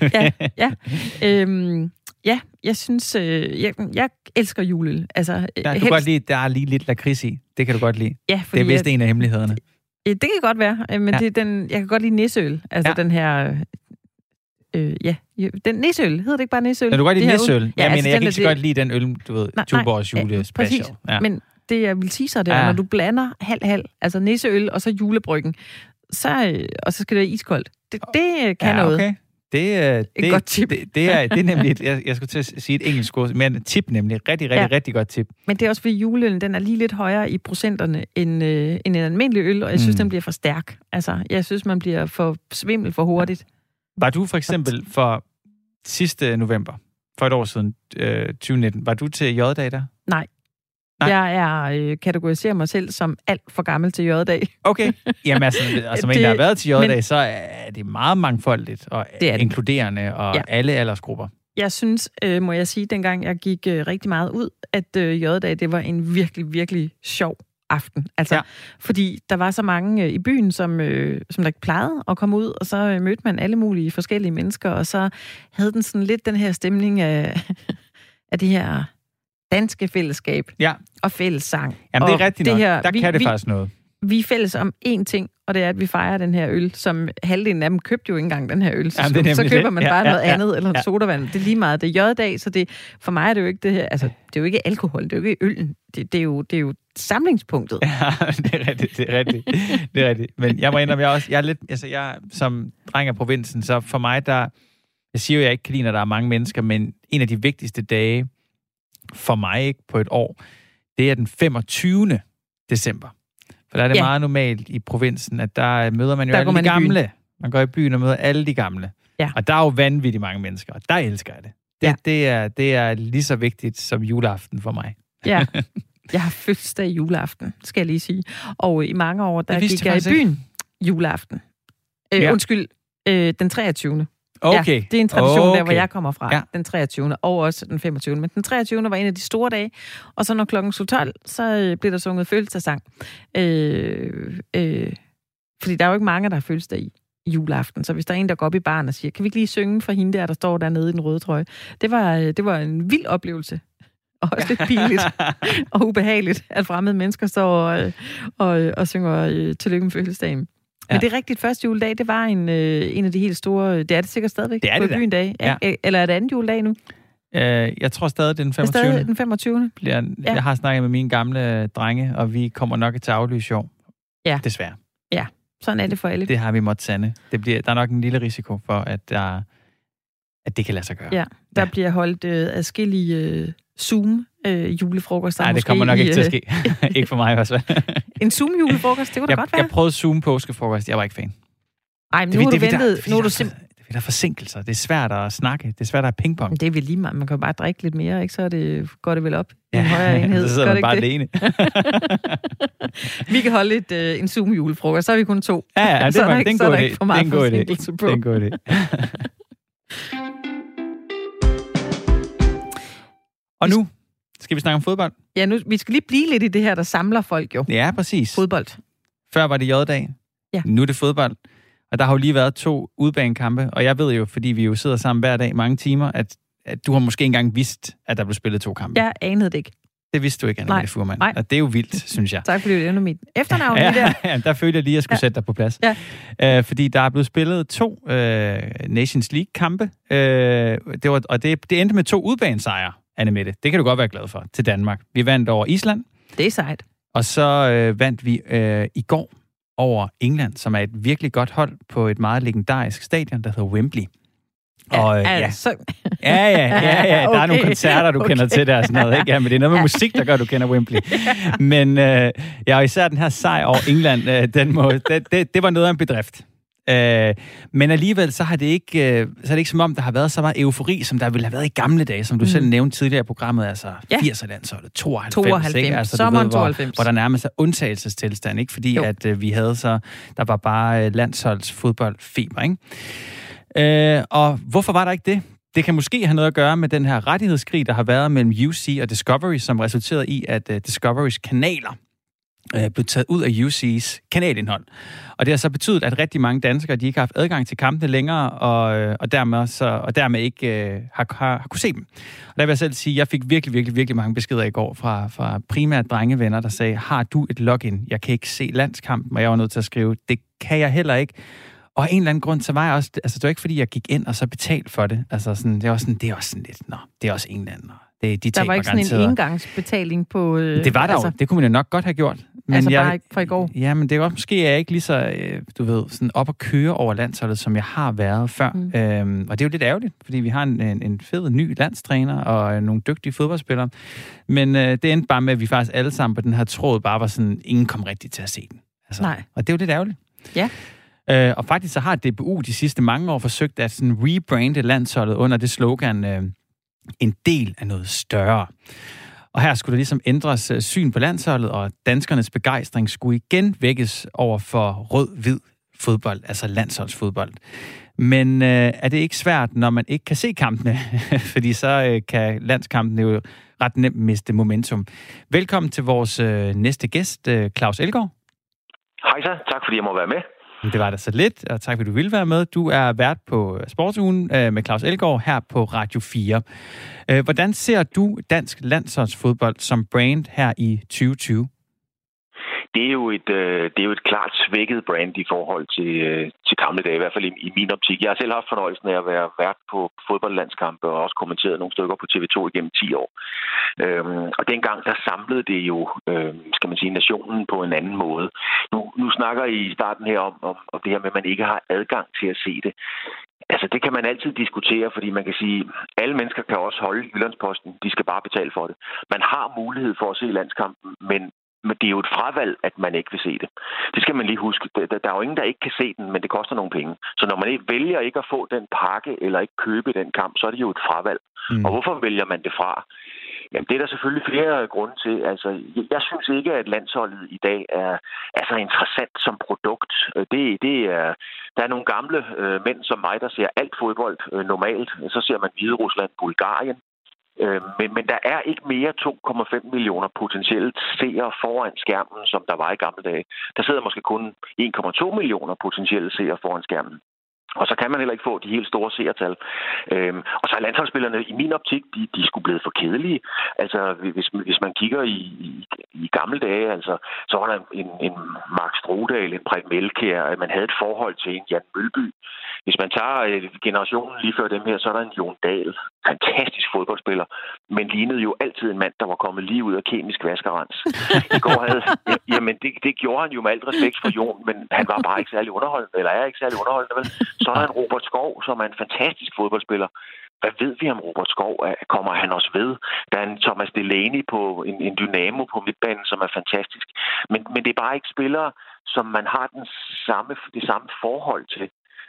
Ja, jeg synes, jeg elsker juleøl. Altså, du kan godt lide, der er lige lidt lakrids i. Det kan du godt lide. Ja, det er vist en af hemmelighederne. Det kan godt være, men det er jeg kan godt lide nisseøl. Altså den her... den nisseøl. Hedder det ikke bare nisseøl? Ja, du kan godt lide nisseøl. Jeg kan ikke så godt lide den øl, du ved, Tuborgs julespecial. Ja. Men det, jeg vil sige sig, det er, når du blander halv, altså nisseøl og så julebryggen, og så skal det være iskoldt. Det kan noget. Okay. Det er et godt tip. Det er nemlig, jeg skulle til at sige et engelsk ord, men et tip nemlig. Rigtig godt tip. Men det er også fordi juleølen, den er lige lidt højere i procenterne end en almindelig øl, og jeg synes, den bliver for stærk. Altså, jeg synes, man bliver for svimmel for hurtigt. Var du for eksempel for sidste november, for et år siden, 2019, var du til J-dag der? Nej. Nej. Jeg kategoriserer mig selv som alt for gammel til J-dag. Okay. Jamen altså en, der har været til J-dag, så er det meget mangfoldigt og inkluderende og alle aldersgrupper. Jeg synes, må jeg sige, dengang jeg gik rigtig meget ud, at J-dag, det var en virkelig, virkelig sjov aften. Altså, fordi der var så mange i byen, som der ikke plejede at komme ud, og så mødte man alle mulige forskellige mennesker, og så havde den sådan lidt den her stemning af det her danske fællesskab og fællessang. Jamen, det er rigtigt nok. Der kan det faktisk noget. Vi er fælles om én ting, og det er, at vi fejrer den her øl, som halvdelen af dem købte jo ikke engang den her øl. Så køber man bare noget andet, eller sodavand. Det er lige meget. Det er J-dag, så for mig er det jo ikke det her. Altså, det er jo ikke alkohol, det er jo ikke øllen. Det er jo samlingspunktet. Ja, det er rigtigt. Men jeg må indrømme, jeg er lidt, altså jeg som dreng af provinsen, så for mig, jeg siger jo, jeg ikke kan lide, når der er mange mennesker, men en af de vigtigste dage for mig ikke på et år, det er den 25. december. For der er det meget normalt i provinsen, at der møder man jo alle de gamle. Man går i byen og møder alle de gamle. Ja. Og der er jo vanvittigt mange mennesker, og der elsker jeg det. Det er lige så vigtigt som juleaften for mig. Ja. Jeg har fødselsdag juleaften, skal jeg lige sige. Og i mange år, der gik jeg i byen juleaften. Den 23. Okay. Ja, det er en tradition der, hvor jeg kommer fra. Ja. Den 23. og også den 25. Men den 23. var en af de store dage. Og så når klokken 12, så blev der sunget fødselsdagssang. Fordi der er jo ikke mange, der har fødselsdag i juleaften. Så hvis der er en, der går op i baren og siger, kan vi ikke lige synge for hende der står dernede i den røde trøje? Det var en vild oplevelse. Og også lidt pinligt og ubehageligt, at fremmede mennesker står og synger tillykke med fødselsdagen. Men det er rigtigt, første juledag, det var en af de helt store... Det er det sikkert stadigvæk det er på byen dag. Ja. Eller er det anden juledag nu? Jeg tror stadig, det er den 25. Det er stadig den 25. Jeg har snakket med mine gamle drenge, og vi kommer nok til at aflyse sjov. Ja. Desværre. Ja, sådan er det for alle. Det har vi måttet sande. Der er nok en lille risiko for, at det kan lade sig gøre. Ja, der bliver holdt adskillige Zoom-julefrokoster. Nej, det kommer nok ikke til at ske. Ikke for mig i hvert fald. En Zoom-julefrokost, det kunne da godt være. Jeg prøvede Zoom-påskefrokost, jeg var ikke fan. Nej, men nu har du ventet... Der er forsinkelser, det er svært at snakke, det er svært at pingpong. Men det er vel lige meget, man kan jo bare drikke lidt mere, ikke? Så går det vel op i en højere enhed. Så sidder man bare alene. Vi kan holde en Zoom-julefrokost, så er vi kun 2. Ja, det er en god idé. Det er en god idé. Og nu skal vi snakke om fodbold. Ja, vi skal lige blive lidt i det her, der samler folk jo. Ja, præcis. Fodbold. Før var det J-dag. Ja. Nu er det fodbold. Og der har jo lige været 2 udbanekampe, og jeg ved jo, fordi vi jo sidder sammen hver dag mange timer, at du har måske engang vidst, at der blev spillet 2 kampe. Jeg anede det ikke. Det vidste du ikke, Anna-Mette Fuhrmann. Og det er jo vildt, synes jeg. Tak fordi du endnu mit efternavn. Der følte jeg lige, at jeg skulle sætte dig på plads. Ja. Fordi der er blevet spillet 2 Nations League-kampe, det endte med 2 udbanesejre, Anne-Mette. Det kan du godt være glad for, til Danmark. Vi vandt over Island. Det er sejt. Og så vandt vi i går over England, som er et virkelig godt hold på et meget legendarisk stadion, der hedder Wembley. Og, der er nogle koncerter, du kender til der og sådan noget, ikke? Ja, men det er noget med musik, der gør, du kender Wembley. Men og især den her sejr over England, det var noget af en bedrift. Men alligevel, så er det ikke som om, der har været så meget eufori, som der ville have været i gamle dage, som du selv nævnte tidligere i programmet, altså 80'er-landsholdet, 92, ikke? Altså, sommeren 92. Hvor der nærmest er undtagelsestilstand, ikke? Fordi at vi havde så, der var bare landsholdsfodboldfeber, ikke? Og hvorfor var der ikke det? Det kan måske have noget at gøre med den her rettighedskrig, der har været mellem UC og Discovery, som resulterede i, at Discoverys kanaler blev taget ud af UC's kanalindhold. Og det har så betydet, at rigtig mange danskere, de ikke har haft adgang til kampene længere, og dermed ikke har kunne se dem. Og der vil jeg selv sige, at jeg fik virkelig mange beskeder i går fra primært drengevenner, der sagde, har du et login? Jeg kan ikke se landskampen, og jeg var nødt til at skrive, det kan jeg heller ikke. Og af en eller anden grund, så var jeg også, altså det var ikke fordi, jeg gik ind og så betalte for det. Altså sådan, det er også sådan lidt, det er også England. Der var ikke sådan en engangsbetaling på... det var der jo, det kunne man jo nok godt have gjort. Men altså bare ikke fra i går? Ja, men det er godt, måske er jeg ikke lige så, sådan op at køre over landsholdet, som jeg har været før. Og det er jo lidt ærgerligt, fordi vi har en fed ny landstræner og nogle dygtige fodboldspillere. Men det endte bare med, at vi faktisk alle sammen på den her tråd bare var sådan, ingen kom rigtigt til at se den. Altså, nej. Og det er jo lidt ærgerligt. Ja. Og faktisk så har DBU de sidste mange år forsøgt at sådan rebrande landsholdet under det slogan, en del af noget større. Og her skulle der ligesom ændres syn på landsholdet, og danskernes begejstring skulle igen vækkes over for rød-hvid fodbold, altså landsholdsfodbold. Men er det ikke svært, når man ikke kan se kampene? Fordi så kan landskampene jo ret nemt miste momentum. Velkommen til vores næste gæst, Claus Elgaard. Hej så, tak fordi jeg må være med. Det var da så lidt, og tak fordi du ville være med. Du er vært på Sportsugen med Claus Elgaard her på Radio 4. Hvordan ser du dansk landsholdsfodbold som brand her i 2020? Det er jo et klart svækket brand i forhold til gamle dage, i hvert fald i min optik. Jeg har selv haft fornøjelsen af at være vært på fodboldlandskampe og også kommenteret nogle stykker på TV2 igennem 10 år. Og dengang, der samlede det jo, skal man sige, nationen på en anden måde. Nu snakker I i starten her om det her med, at man ikke har adgang til at se det. Altså, det kan man altid diskutere, fordi man kan sige, at alle mennesker kan også holde Jyllandsposten. De skal bare betale for det. Man har mulighed for at se landskampen, men det er jo et fravalg, at man ikke vil se det. Det skal man lige huske. Der er jo ingen, der ikke kan se den, men det koster nogle penge. Så når man vælger ikke at få den pakke, eller ikke købe den kamp, så er det jo et fravalg. Og hvorfor vælger man det fra? Jamen, det er der selvfølgelig flere grunde til. Altså, jeg synes ikke, at landsholdet i dag er så interessant som produkt. Der er nogle gamle mænd som mig, der ser alt fodbold normalt. Så ser man Hviderusland, Bulgarien. Men der er ikke mere 2,5 millioner potentielle seere foran skærmen, som der var i gamle dage. Der sidder måske kun 1,2 millioner potentielle seere foran skærmen. Og så kan man heller ikke få de helt store seertal. Og så er landsholdsspillerne i min optik, de er sgu blevet for kedelige. Altså, hvis man kigger i gamle dage, altså, så var der en Mark Strudal, en Preben Elkjær, man havde et forhold til en Jan Mølby. Hvis man tager generationen lige før dem her, så er der en Jon Dahl, fantastisk fodboldspiller, men lignede jo altid en mand, der var kommet lige ud af kemisk vaskerens. I går jamen det gjorde han jo med alt respekt for Jon, men han var bare ikke særlig underholdende, eller er ikke særlig underholdende, vel? Så er der en Robert Skov, som er en fantastisk fodboldspiller. Hvad ved vi om Robert Skov? Kommer han også ved? Der er en Thomas Delaney på en Dynamo på midtbanen, som er fantastisk. Men det er bare ikke spillere, som man har det samme forhold til.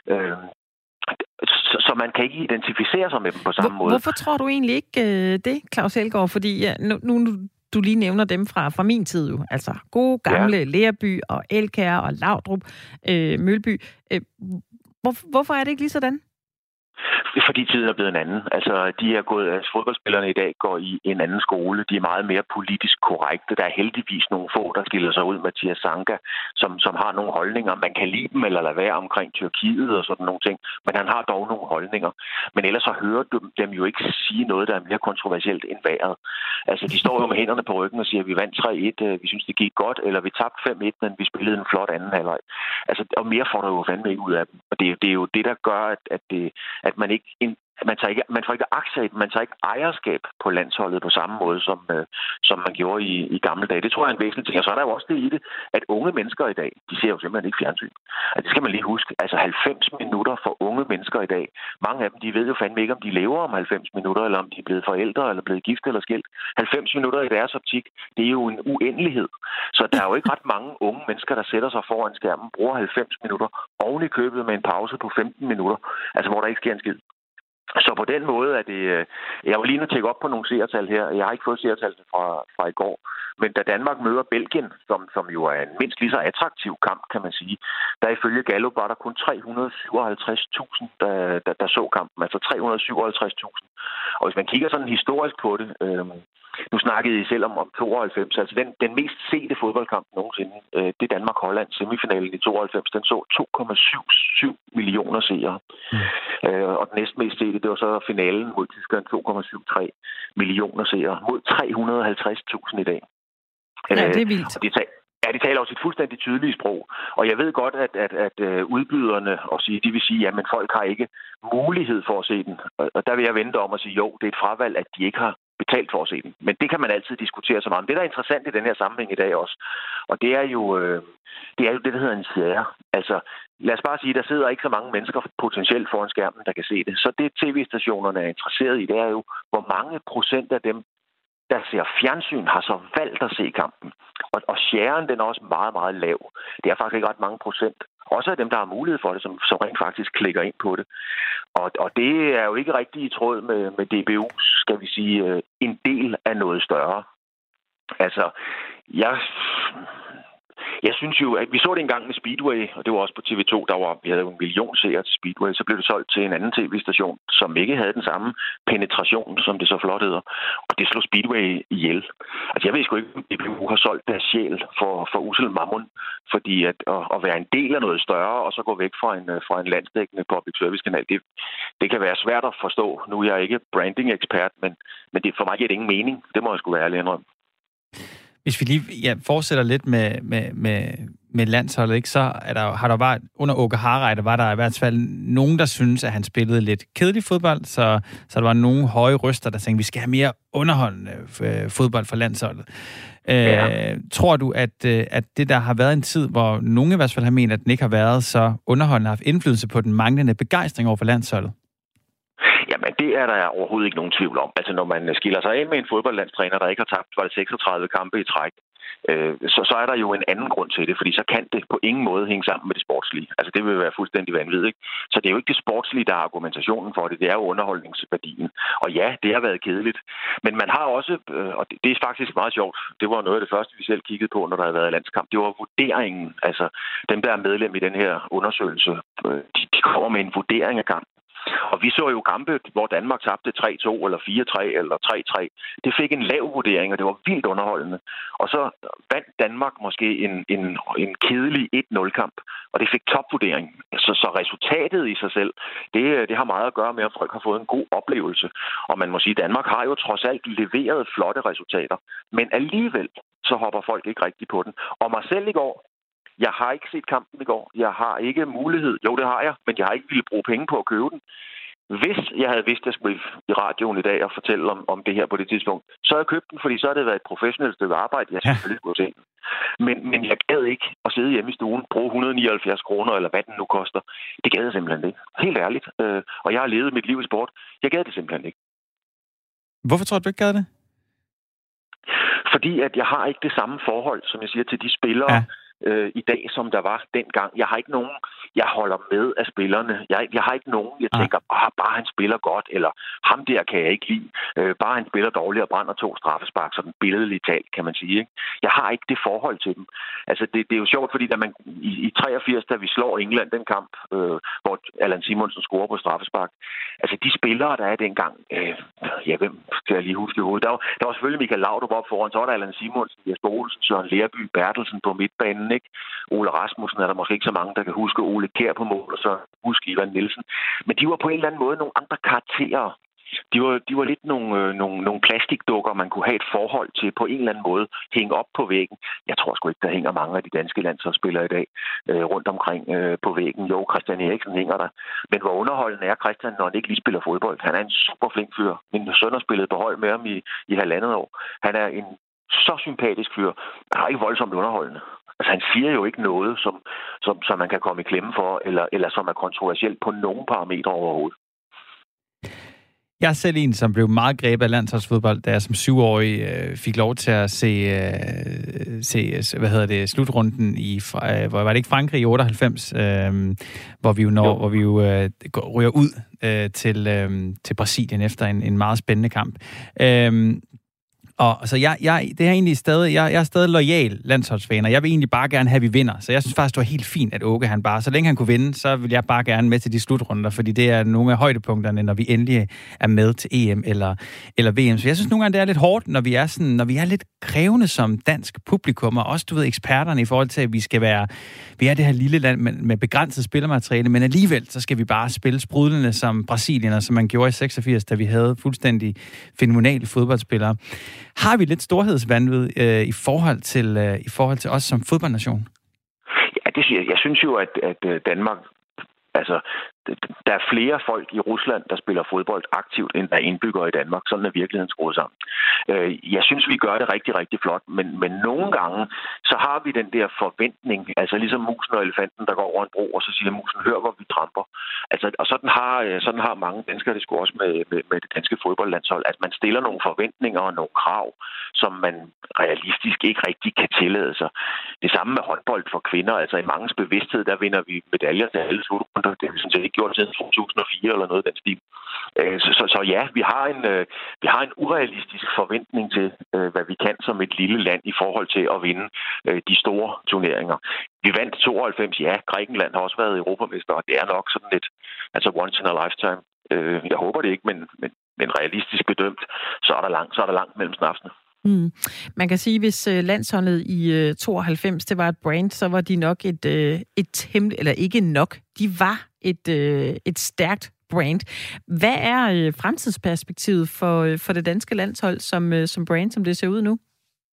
Så man kan ikke identificere sig med dem på samme måde. Hvorfor tror du egentlig ikke det, Claus Elgaard? Fordi nu du lige nævner dem fra min tid jo. Altså gode gamle Lerby og Elkjær og Laudrup, Mølby. Hvorfor er det ikke lige sådan? Fordi tiden er blevet en anden. Altså, fodboldspillerne i dag går i en anden skole. De er meget mere politisk korrekte. Der er heldigvis nogle få, der skiller sig ud. Mathias Sanka, som har nogle holdninger. Man kan lide dem eller lade være omkring Tyrkiet og sådan nogle ting. Men han har dog nogle holdninger. Men ellers så hører du dem jo ikke sige noget, der er mere kontroversielt end vejret. Altså, de står jo med hænderne på ryggen og siger, at vi vandt 3-1, vi synes, det gik godt, eller vi tabte 5-1, men vi spillede en flot anden halvleg. Altså, og mere får du jo fandme ikke ud af dem. Og det er jo det, der gør, at man ikke man får ikke aktier i det, man tager ikke ejerskab på landsholdet på samme måde, som man gjorde i gamle dage. Det tror jeg er en væsentlig ting. Og så er der jo også det i det, at unge mennesker i dag, de ser jo simpelthen ikke fjernsyn. Altså, det skal man lige huske. Altså 90 minutter for unge mennesker i dag. Mange af dem, de ved jo fandme ikke, om de lever om 90 minutter, eller om de er blevet forældre, eller blevet gift eller skilt. 90 minutter i deres optik, det er jo en uendelighed. Så der er jo ikke ret mange unge mennesker, der sætter sig foran skærmen, bruger 90 minutter, oven i købet med en pause på 15 minutter, altså hvor der ikke sker en skid. Så på den måde er det... Jeg var lige nu tjekke op på nogle seertal her. Jeg har ikke fået seertallene fra i går. Men da Danmark møder Belgien, som jo er en mindst lige så attraktiv kamp, kan man sige, der ifølge Gallup var der kun 357.000, der så kampen. Altså 357.000. Og hvis man kigger sådan historisk på det... Nu snakkede I selv om 92. Altså den mest sete fodboldkamp nogensinde, det Danmark-Holland semifinalen i 92, den så 2,77 millioner seere. Og den næstmest sete, det var så finalen mod Tyskland, 2,73 millioner seere mod 350.000 i dag. Ja, det er vildt. De taler også et fuldstændig tydeligt sprog. Og jeg ved godt, at udbyderne de vil sige, at folk har ikke mulighed for at se den. Og der vil jeg vente om at sige, jo, det er et fravalg, at de ikke har betalt for at se den. Men det kan man altid diskutere så meget om. Det, der er interessant i den her sammenhæng i dag også, og det er jo det, der hedder en serie. Altså, lad os bare sige, der sidder ikke så mange mennesker potentielt foran skærmen, der kan se det. Så det, tv-stationerne er interesseret i, det er jo, hvor mange procent af dem, der ser fjernsyn, har så valgt at se kampen. Og sharen, den er også meget, meget lav. Det er faktisk ikke ret mange procent. Også af dem, der har mulighed for det, som rent faktisk klikker ind på det. Og det er jo ikke rigtig i tråd med DBU's, skal vi sige, en del af noget større. Altså, jeg synes jo, at vi så det engang med Speedway, og det var også på TV2, vi havde jo 1 million seere til Speedway, så blev det solgt til en anden tv-station, som ikke havde den samme penetration, som det så flot hedder, og det slog Speedway ihjel. Altså, jeg ved sgu ikke, om DBU har solgt deres sjæl for usel mammon, fordi at være en del af noget større, og så gå væk fra en landsdækkende public service-kanal, det kan være svært at forstå. Nu er jeg ikke branding-ekspert, men det, for mig giver det ingen mening. Det må jeg sgu være ærlig indrømme. Hvis vi lige fortsætter lidt med landsholdet, ikke, så har der bare under Åke Hareide, var der i hvert fald nogen, der synes, at han spillede lidt kedelig fodbold, så der var nogle høje røster, der tænkte, vi skal have mere underholdende fodbold for landsholdet. Tror du, at det der har været en tid, hvor nogen i hvert fald har ment, at den ikke har været så underholdende, har haft indflydelse på den manglende begejstring over for landsholdet? Jamen, det er der overhovedet ikke nogen tvivl om. Altså, når man skiller sig af med en fodboldlandstræner, der ikke har tabt, var det 36 kampe i træk, så er der jo en anden grund til det, fordi så kan det på ingen måde hænge sammen med det sportslige. Altså, det vil være fuldstændig vanvittigt, ikke? Så det er jo ikke det sportslige, der er argumentationen for det. Det er jo underholdningsværdien. Og ja, det har været kedeligt. Men man har også, og det er faktisk meget sjovt, det var noget af det første, vi selv kiggede på, når der havde været landskamp, det var vurderingen. Altså, dem, der er medlem i den her undersøgelse, de kommer med en vurdering af kampen. Og vi så jo kampe, hvor Danmark tabte 3-2 eller 4-3 eller 3-3. Det fik en lav vurdering, og det var vildt underholdende. Og så vandt Danmark måske en kedelig 1-0-kamp, og det fik topvurdering. Så resultatet i sig selv, det har meget at gøre med, at folk har fået en god oplevelse. Og man må sige, at Danmark har jo trods alt leveret flotte resultater, men alligevel så hopper folk ikke rigtigt på den. Og mig selv i går, jeg har ikke set kampen i går. Jeg har ikke mulighed. Jo, det har jeg, men jeg har ikke ville bruge penge på at købe den. Hvis jeg havde vidst, at jeg skulle i radioen i dag og fortælle om det her på det tidspunkt, så havde jeg købt den, fordi så havde det været et professionelt stykke arbejde. Jeg selvfølgelig skulle se den. Men jeg gad ikke at sidde hjemme i stuen, bruge 179 kroner, eller hvad den nu koster. Det gad jeg simpelthen ikke. Helt ærligt. Og jeg har levet mit liv i sport. Jeg gad det simpelthen ikke. Hvorfor tror du ikke gad det? Fordi at jeg har ikke det samme forhold, som jeg siger, til de spillere, i dag, som der var dengang. Jeg har ikke nogen, jeg holder med af spillerne. Jeg har ikke nogen, jeg tænker, bare han spiller godt, eller ham der kan jeg ikke lide. Bare han spiller dårligt og brænder 2 straffespark, sådan billedligt talt, kan man sige. Ikke? Jeg har ikke det forhold til dem. Altså, det er jo sjovt, fordi da man i 83, da vi slår England den kamp, hvor Allan Simonsen scorer på straffespark, altså de spillere, der er dengang, hvem skal jeg lige huske i hovedet? Der var selvfølgelig Michael Laudrup op foran, så var der Allan Simonsen, Jesper Olsen, Søren Lerby, Bertelsen på midtbanen, ikke? Ole Rasmussen er der måske ikke så mange, der kan huske. Ole Kjær på mål, og så huske Ivan Nielsen. Men de var på en eller anden måde nogle andre karakterer. De var lidt nogle plastikdukker, man kunne have et forhold til på en eller anden måde. Hænge op på væggen. Jeg tror sgu ikke, der hænger mange af de danske landsholdsspillere i dag rundt omkring på væggen. Jo, Christian Eriksen hænger der. Men hvor underholdende er Christian, når han ikke lige spiller fodbold? Han er en super flink fyr. Min søn har spillet på hold med ham i 1,5 år. Han er en så sympatisk fyr. Han er ikke voldsomt underholdende. Altså, han siger jo ikke noget, som man kan komme i klemme for, eller som er kontroversielt på nogen parametre overhovedet. Jeg er selv en, som blev meget grebet af landsholdsfodbold, da jeg som 7-årig fik lov til at se slutrunden i, hvor var det ikke Frankrig i 98, hvor vi jo ryger ud til Brasilien efter en meget spændende kamp. Og så jeg er stadig loyal landsholdsfan, og jeg vil egentlig bare gerne have, at vi vinder. Så jeg synes faktisk, det var helt fint, at Åke han bare, så længe han kunne vinde, så vil jeg bare gerne med til de slutrunder, fordi det er nogle af højdepunkterne, når vi endelig er med til EM eller VM. Så jeg synes nogle gange, det er lidt hårdt, når vi er lidt krævende som dansk publikum, og også, du ved, eksperterne i forhold til, at vi er det her lille land med begrænset spillermateriale, men alligevel, så skal vi bare spille sprudlende som Brasilien, som man gjorde i 86, da vi havde fuldstændig fænomenale fodboldspillere. Har vi lidt storhedsvanvid i forhold til os som fodboldnation? Ja, det siger jeg. Jeg synes jo, at Danmark, altså, der er flere folk i Rusland, der spiller fodbold aktivt, end der er indbyggere i Danmark. Sådan er virkeligheden skruet sammen. Jeg synes, vi gør det rigtig, rigtig flot, men nogle gange, så har vi den der forventning, altså ligesom musen og elefanten, der går over en bro, og så siger musen, hør, hvor vi tramper. Altså, og sådan har mange danskere, det skulle også med det danske fodboldlandshold, at man stiller nogle forventninger og nogle krav, som man realistisk ikke rigtig kan tillade sig. Det samme med håndbold for kvinder, altså i mangens bevidsthed, der vinder vi medaljer til alle slutrunder. Det har vi sådan set ikke gjort siden 2004 eller noget af den stil. Så ja, vi har en urealistisk forventning til, hvad vi kan som et lille land i forhold til at vinde de store turneringer. Vi vandt 92, ja. Grækenland har også været europamester, og det er nok sådan lidt, altså once in a lifetime. Jeg håber det ikke, men realistisk bedømt, så er der langt mellem snapsene. Man kan sige, hvis landsholdet i 92, det var et brand, så var de nok eller ikke nok, de var et stærkt brand. Hvad er fremtidsperspektivet for det danske landshold som brand, som det ser ud nu?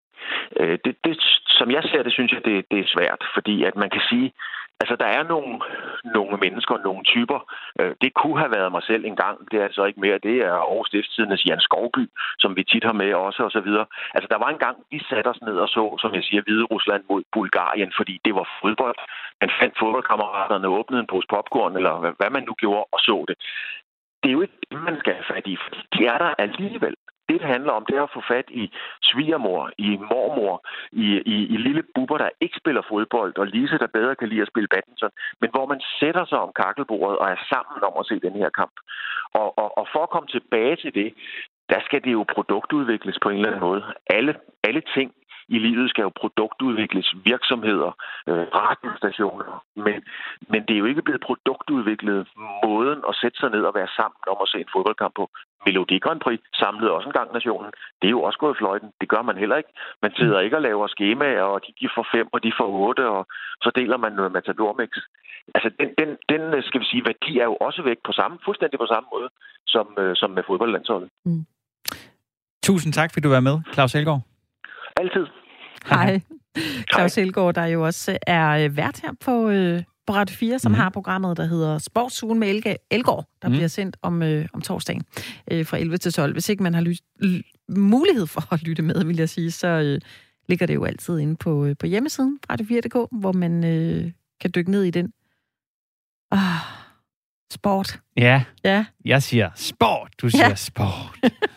Som jeg ser det, synes jeg, det er svært, fordi at man kan sige, altså der er nogle mennesker, nogle typer. Det kunne have været mig selv engang, det er altså ikke mere. Det er Aarhus Stiftstidendes Jan Skovby, som vi tit har med også, og så videre. Altså der var en gang, vi satte os ned og så, som jeg siger, Hvide Rusland mod Bulgarien, fordi det var fodbold. Man fandt fodboldkammeraterne, åbnede en pose popcorn, eller hvad man nu gjorde, og så det. Det er jo ikke det, man skal have fat i, fordi de er der alligevel. Det handler om, det er at få fat i svigermor, i mormor, i lille bubber, der ikke spiller fodbold, og Lise, der bedre kan lide at spille badminton, men hvor man sætter sig om kakkelbordet og er sammen om at se den her kamp. Og for at komme tilbage til det, der skal det jo produktudvikles på en eller anden måde. Alle ting i livet skal jo produktudvikles, virksomheder, radiostationer, men det er jo ikke blevet produktudviklet måden at sætte sig ned og være sammen om at se en fodboldkamp på. Melodi Grand Prix samlede også en gang nationen. Det er jo også gået fløjten. Det gør man heller ikke. Man sidder ikke og laver skemaer, og de får 5, og de får 8, og så deler man noget matadormix. Altså, den skal vi sige, værdi er jo også væk fuldstændig på samme måde, som med fodboldlandsholdet. Tusind tak, fordi du var med, Claus Elgaard. Altid. Hej. Claus Elgaard, der jo også er vært her på Radio 4, som har programmet, der hedder Sportsugen med Elgaard, der bliver sendt om torsdagen fra 11 til 12. Hvis ikke man har mulighed for at lytte med, vil jeg sige, så ligger det jo altid inde på hjemmesiden, radio4.dk, hvor man kan dykke ned i den. Sport. Ja. Jeg siger sport, du siger sport.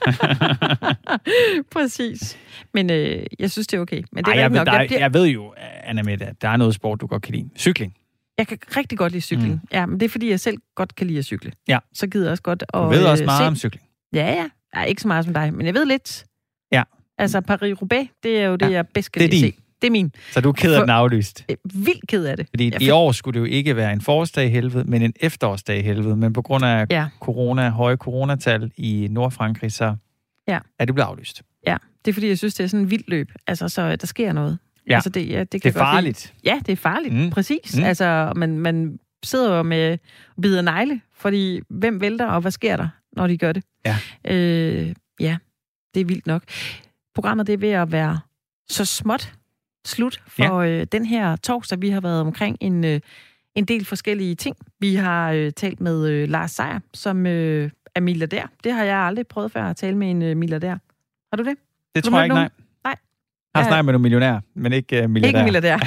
Præcis. Men jeg synes, det er okay. Men det er nok. Jeg ved jo, Anna-Mette, at der er noget sport, du godt kan lide. Cykling. Jeg kan rigtig godt lide cykling. Ja, men det er, fordi jeg selv godt kan lide at cykle. Ja. Så gider jeg også godt at du ved også meget om cykling. Ja. Jeg er ikke så meget som dig, men jeg ved lidt. Ja. Altså, Paris-Roubaix, det er jo det, jeg bedst kan lide at se. Det er min. Så du er ked af den aflyst? Vildt ked af det. Fordi i år skulle det jo ikke være en forårsdag i helvede, men en efterårsdag i helvede. Men på grund af høje coronatal i Nordfrankrig, så er det blevet aflyst. Ja, det er fordi, jeg synes, det er sådan en vildt løb. Altså, så der sker noget. Ja, altså, det er farligt. Ja, det er farligt. Præcis. Altså, man sidder jo med og bider negle, fordi hvem vælter, og hvad sker der, når de gør det? Ja. Det er vildt nok. Programmet, det er ved at være så småt slut for den her torsdag. Vi har været omkring en del forskellige ting. Vi har talt med Lars Seier, som er milliardær. Det har jeg aldrig prøvet før at tale med en milliardær. Har du det? Det tror jeg ikke, nej. Jeg har snakket med nogle millionærer, men ikke milliardær. Ikke milliardær.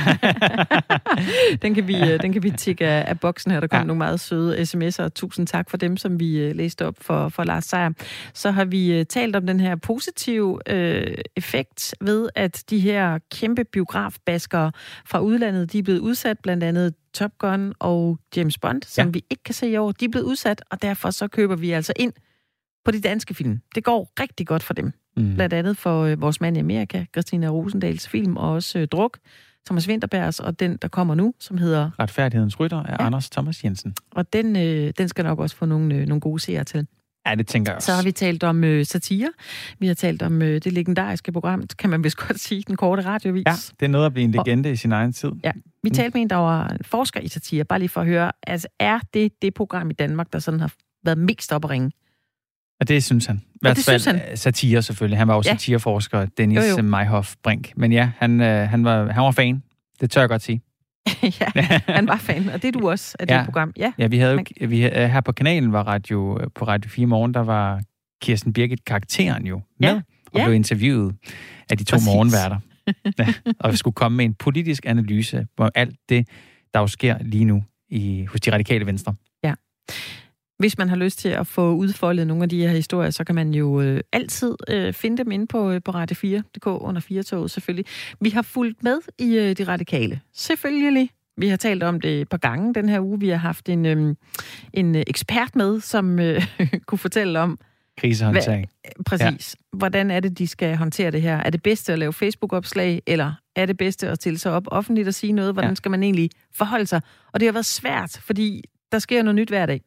den kan vi tikke af boksen her. Der kom nogle meget søde sms'er, og tusind tak for dem, som vi læste op for Lars Seier. Så har vi talt om den her positive effekt ved, at de her kæmpe biografbaskere fra udlandet, de er blevet udsat, blandt andet Top Gun og James Bond, som vi ikke kan se i år. De er blevet udsat, og derfor så køber vi altså ind på de danske film. Det går rigtig godt for dem. Blandt andet for vores mand i Amerika, Christina Rosendals film, og også Druk, Thomas Vinterbergs, og den, der kommer nu, som hedder Retfærdighedens Rytter af Anders Thomas Jensen. Og den skal nok også få nogle gode seere til. Ja, det tænker jeg også. Så har vi talt om satire. Vi har talt om det legendariske program, kan man vist godt sige, Den Korte Radiovis. Ja, det er noget at blive en legende i sin egen tid. Ja, vi talte med en, der var forsker i satire, bare lige for at høre, altså er det program i Danmark, der sådan har været mest op at ringe? Og det synes han. I hvert fald satire selvfølgelig. Han var jo satireforsker, Dennis Meihoff Brink. Men ja, han var fan. Det tør jeg godt sige. Ja, han var fan, og det er du også af det program. Ja, vi havde her på kanalen på Radio 4 Morgen, der var Kirsten Birgit karakteren jo med og blev interviewet af de to morgenværter. Og vi skulle komme med en politisk analyse på alt det, der jo sker lige nu hos de radikale venstre. Ja. Hvis man har lyst til at få udfoldet nogle af de her historier, så kan man jo altid finde dem inde på Radio4.dk under 4-toget selvfølgelig. Vi har fulgt med i de radikale. Selvfølgelig. Vi har talt om det et par gange den her uge. Vi har haft en ekspert med, som kunne fortælle om krisehåndtering. Præcis. Ja. Hvordan er det, de skal håndtere det her? Er det bedste at lave Facebook-opslag, eller er det bedste at stille sig op offentligt og sige noget? Hvordan skal man egentlig forholde sig? Og det har været svært, fordi der sker noget nyt hver dag.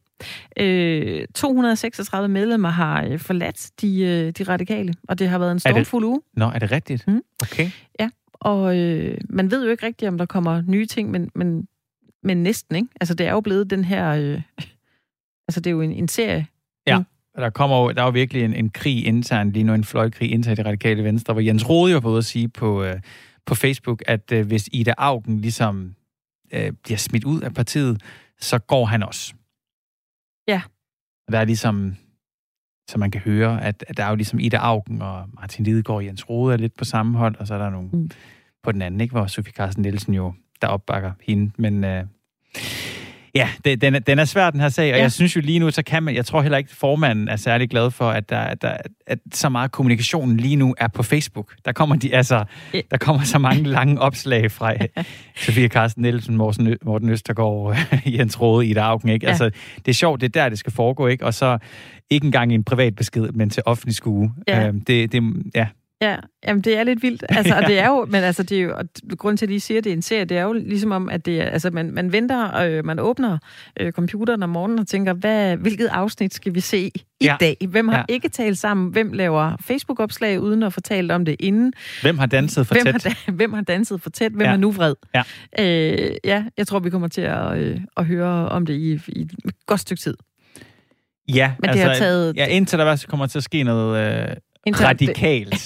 236 medlemmer har forladt de radikale, og det har været en stormfuld uge. Nå, er det rigtigt? Okay. Ja, og man ved jo ikke rigtigt, om der kommer nye ting, men næsten, ikke? Altså, det er jo blevet den her... altså, det er jo en serie. Ja, der er jo virkelig en krig internt, lige nu en fløjkrig internt i det radikale venstre, hvor Jens Rohde jo var ude at sige på Facebook, at hvis Ida Auken ligesom bliver smidt ud af partiet, så går han også. Ja. Og der er ligesom, så man kan høre, at der er jo ligesom Ida Auken og Martin Lidegaard og Jens Rohde er lidt på samme hold, og så er der nogle på den anden, ikke, hvor Sofie Carsten Nielsen jo, der opbakker hende. Men ja, den er svær, den her sag, og jeg synes jo lige nu, så kan man, jeg tror heller ikke, formanden er særlig glad for, at så meget kommunikation lige nu er på Facebook. Der kommer så mange lange opslag fra Sofie Carsten Nielsen, Morten Østergaard, Jens Rohde, Ida Auken, ikke? Ja. Altså, det er sjovt, det er der, det skal foregå, ikke? Og så ikke engang i en privat besked, men til offentlig skue. Ja. Ja. Ja, jamen det er lidt vildt. Altså, og det er jo, men altså det er jo, grunden til at de siger, at det er en serie, det er jo ligesom om, at det er, altså man venter, man åbner computeren om morgenen og tænker, hvilket afsnit skal vi se i dag? Hvem har ikke talt sammen? Hvem laver Facebook-opslag uden at fortælle om det inden? Hvem har danset for tæt? Hvem har danset for tæt? Hvem er nu vred? Ja. Jeg tror, vi kommer til at høre om det i et godt stykke tid. Ja, men det har taget... Ja, indtil der kommer til at ske noget... radikalt.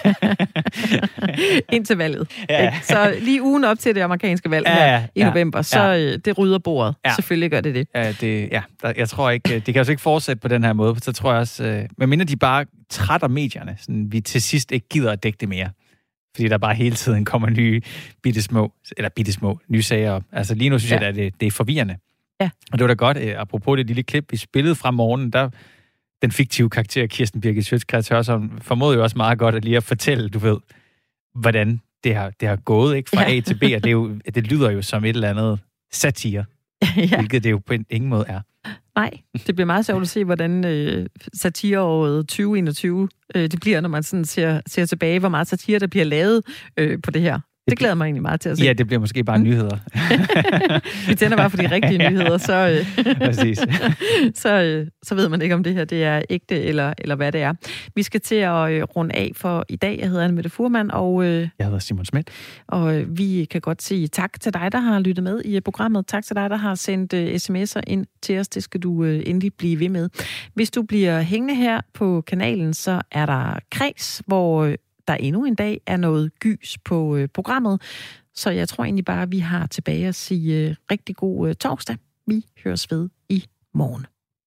Indtil valget. Ja. Så lige ugen op til det amerikanske valg her i november, så det rydder bordet. Ja. Selvfølgelig gør det. Jeg tror ikke, det kan altså ikke fortsætte på den her måde, så tror jeg også, medmindre de bare trætter medierne, sådan, vi til sidst ikke gider at dække det mere. Fordi der bare hele tiden kommer nye bittesmå nye sager op. Altså lige nu synes jeg, at det er forvirrende. Ja. Og det var da godt, apropos det lille klip, vi spillede fra morgenen, der den fiktive karakter Kirsten Birgit Schiøtz-Kretz Hørsholm formåede jo også meget godt at lige at fortælle, du ved, hvordan det har gået, ikke, fra A til B, og det lyder jo som et eller andet satire, hvilket det jo på ingen måde er. Nej, det bliver meget sjovt at se, hvordan satireåret 2021 det bliver, når man sådan ser tilbage, hvor meget satire der bliver lavet på det her. Det glæder mig egentlig meget til at se. Ja, det bliver måske bare nyheder. Vi tænder bare for de rigtige nyheder, så ved man ikke, om det her det er ægte, eller hvad det er. Vi skal til at runde af for i dag. Jeg hedder Anne-Mette Fuhrmann, og jeg hedder Simon Schmidt. Og vi kan godt sige tak til dig, der har lyttet med i programmet. Tak til dig, der har sendt sms'er ind til os. Det skal du endelig blive ved med. Hvis du bliver hængende her på kanalen, så er der Kreds, hvor der endnu en dag er noget gys på programmet. Så jeg tror egentlig bare, at vi har tilbage at sige rigtig god torsdag. Vi høres ved i morgen.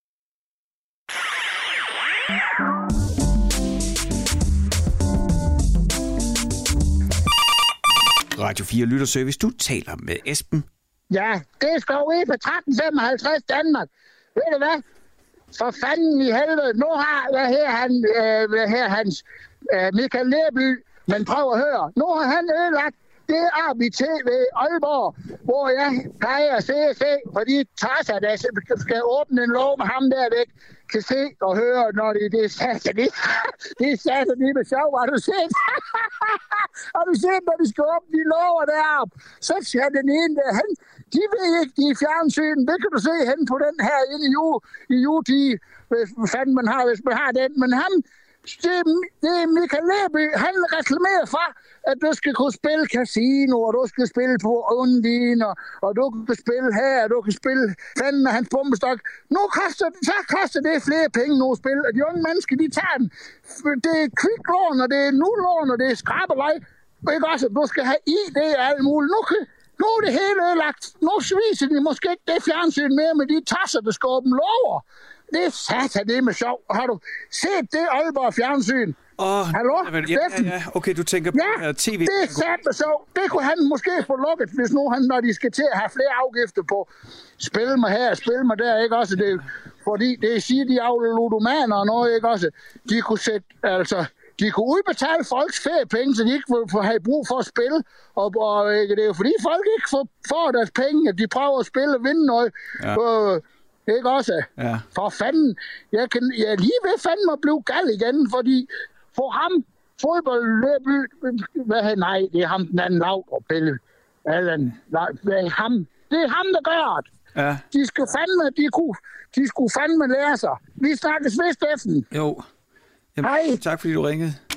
Radio 4 Lytterservice, du taler med Esben. Ja, det skal jo på 1355 Danmark. Ved du hvad? For fanden i helvede. Nu har hans Michael Lerby, men prøv at høre. Nu har han ødelagt det RBT ved Aalborg, hvor jeg plejer at se, fordi Tasser, der skal åbne en lov med ham der væk, kan se og høre, når det er satanis. Det er satanis med sjov. Har du set? Har du set, når de skal åbne de lover deroppe? Så skal den ene der hen. De ved ikke, de er i fjernsynen. Det kan du se hen på den her inde i UT, hvis man har den. Men ham, det er Michael Lerby, han reklamerer for, at du skal kunne spille casino, og du skal spille på Undin, og du kan spille her, og du kan spille fanden af hans bombestok. Nu koster det flere penge nu at spille, og de unge mennesker, de tager den. Det er kviklån, og det er nulån, og det er skraberlej. Ikke også, du skal have ID og alt muligt. Nu er det hele ødelagt. Nu viser de måske ikke det fjernsyn mere med de tasser, der skal åbne lover. Det er satan, det med sjov. Har du set det Aalborg fjernsyn? Hallo? Ja, okay, du tænker på tv. Det er satan sjov. Det kunne han måske få lukket, hvis nu han, når de skal til at have flere afgifter på spil mig her, spil mig der, ikke også? Det, fordi det siger de avler ludomaner og noget, ikke også? De kunne sætte, altså, de kunne udbetale folks feriepenge, så de ikke ville have brug for at spille. Og det er jo fordi folk ikke får deres penge, at de prøver at spille og vinde noget. Ja. Ikke også? Ja. For fanden. Jeg er lige ved fanden at blive gal igen, fordi for ham, fodboldløby, nej, det er ham den anden Laudrup, Pelle. Det er ham, der gør det. Ja. De skulle fandme lære sig. Vi snakkes ved, Steffen. Jo. Jamen, hej. Tak fordi du ringede.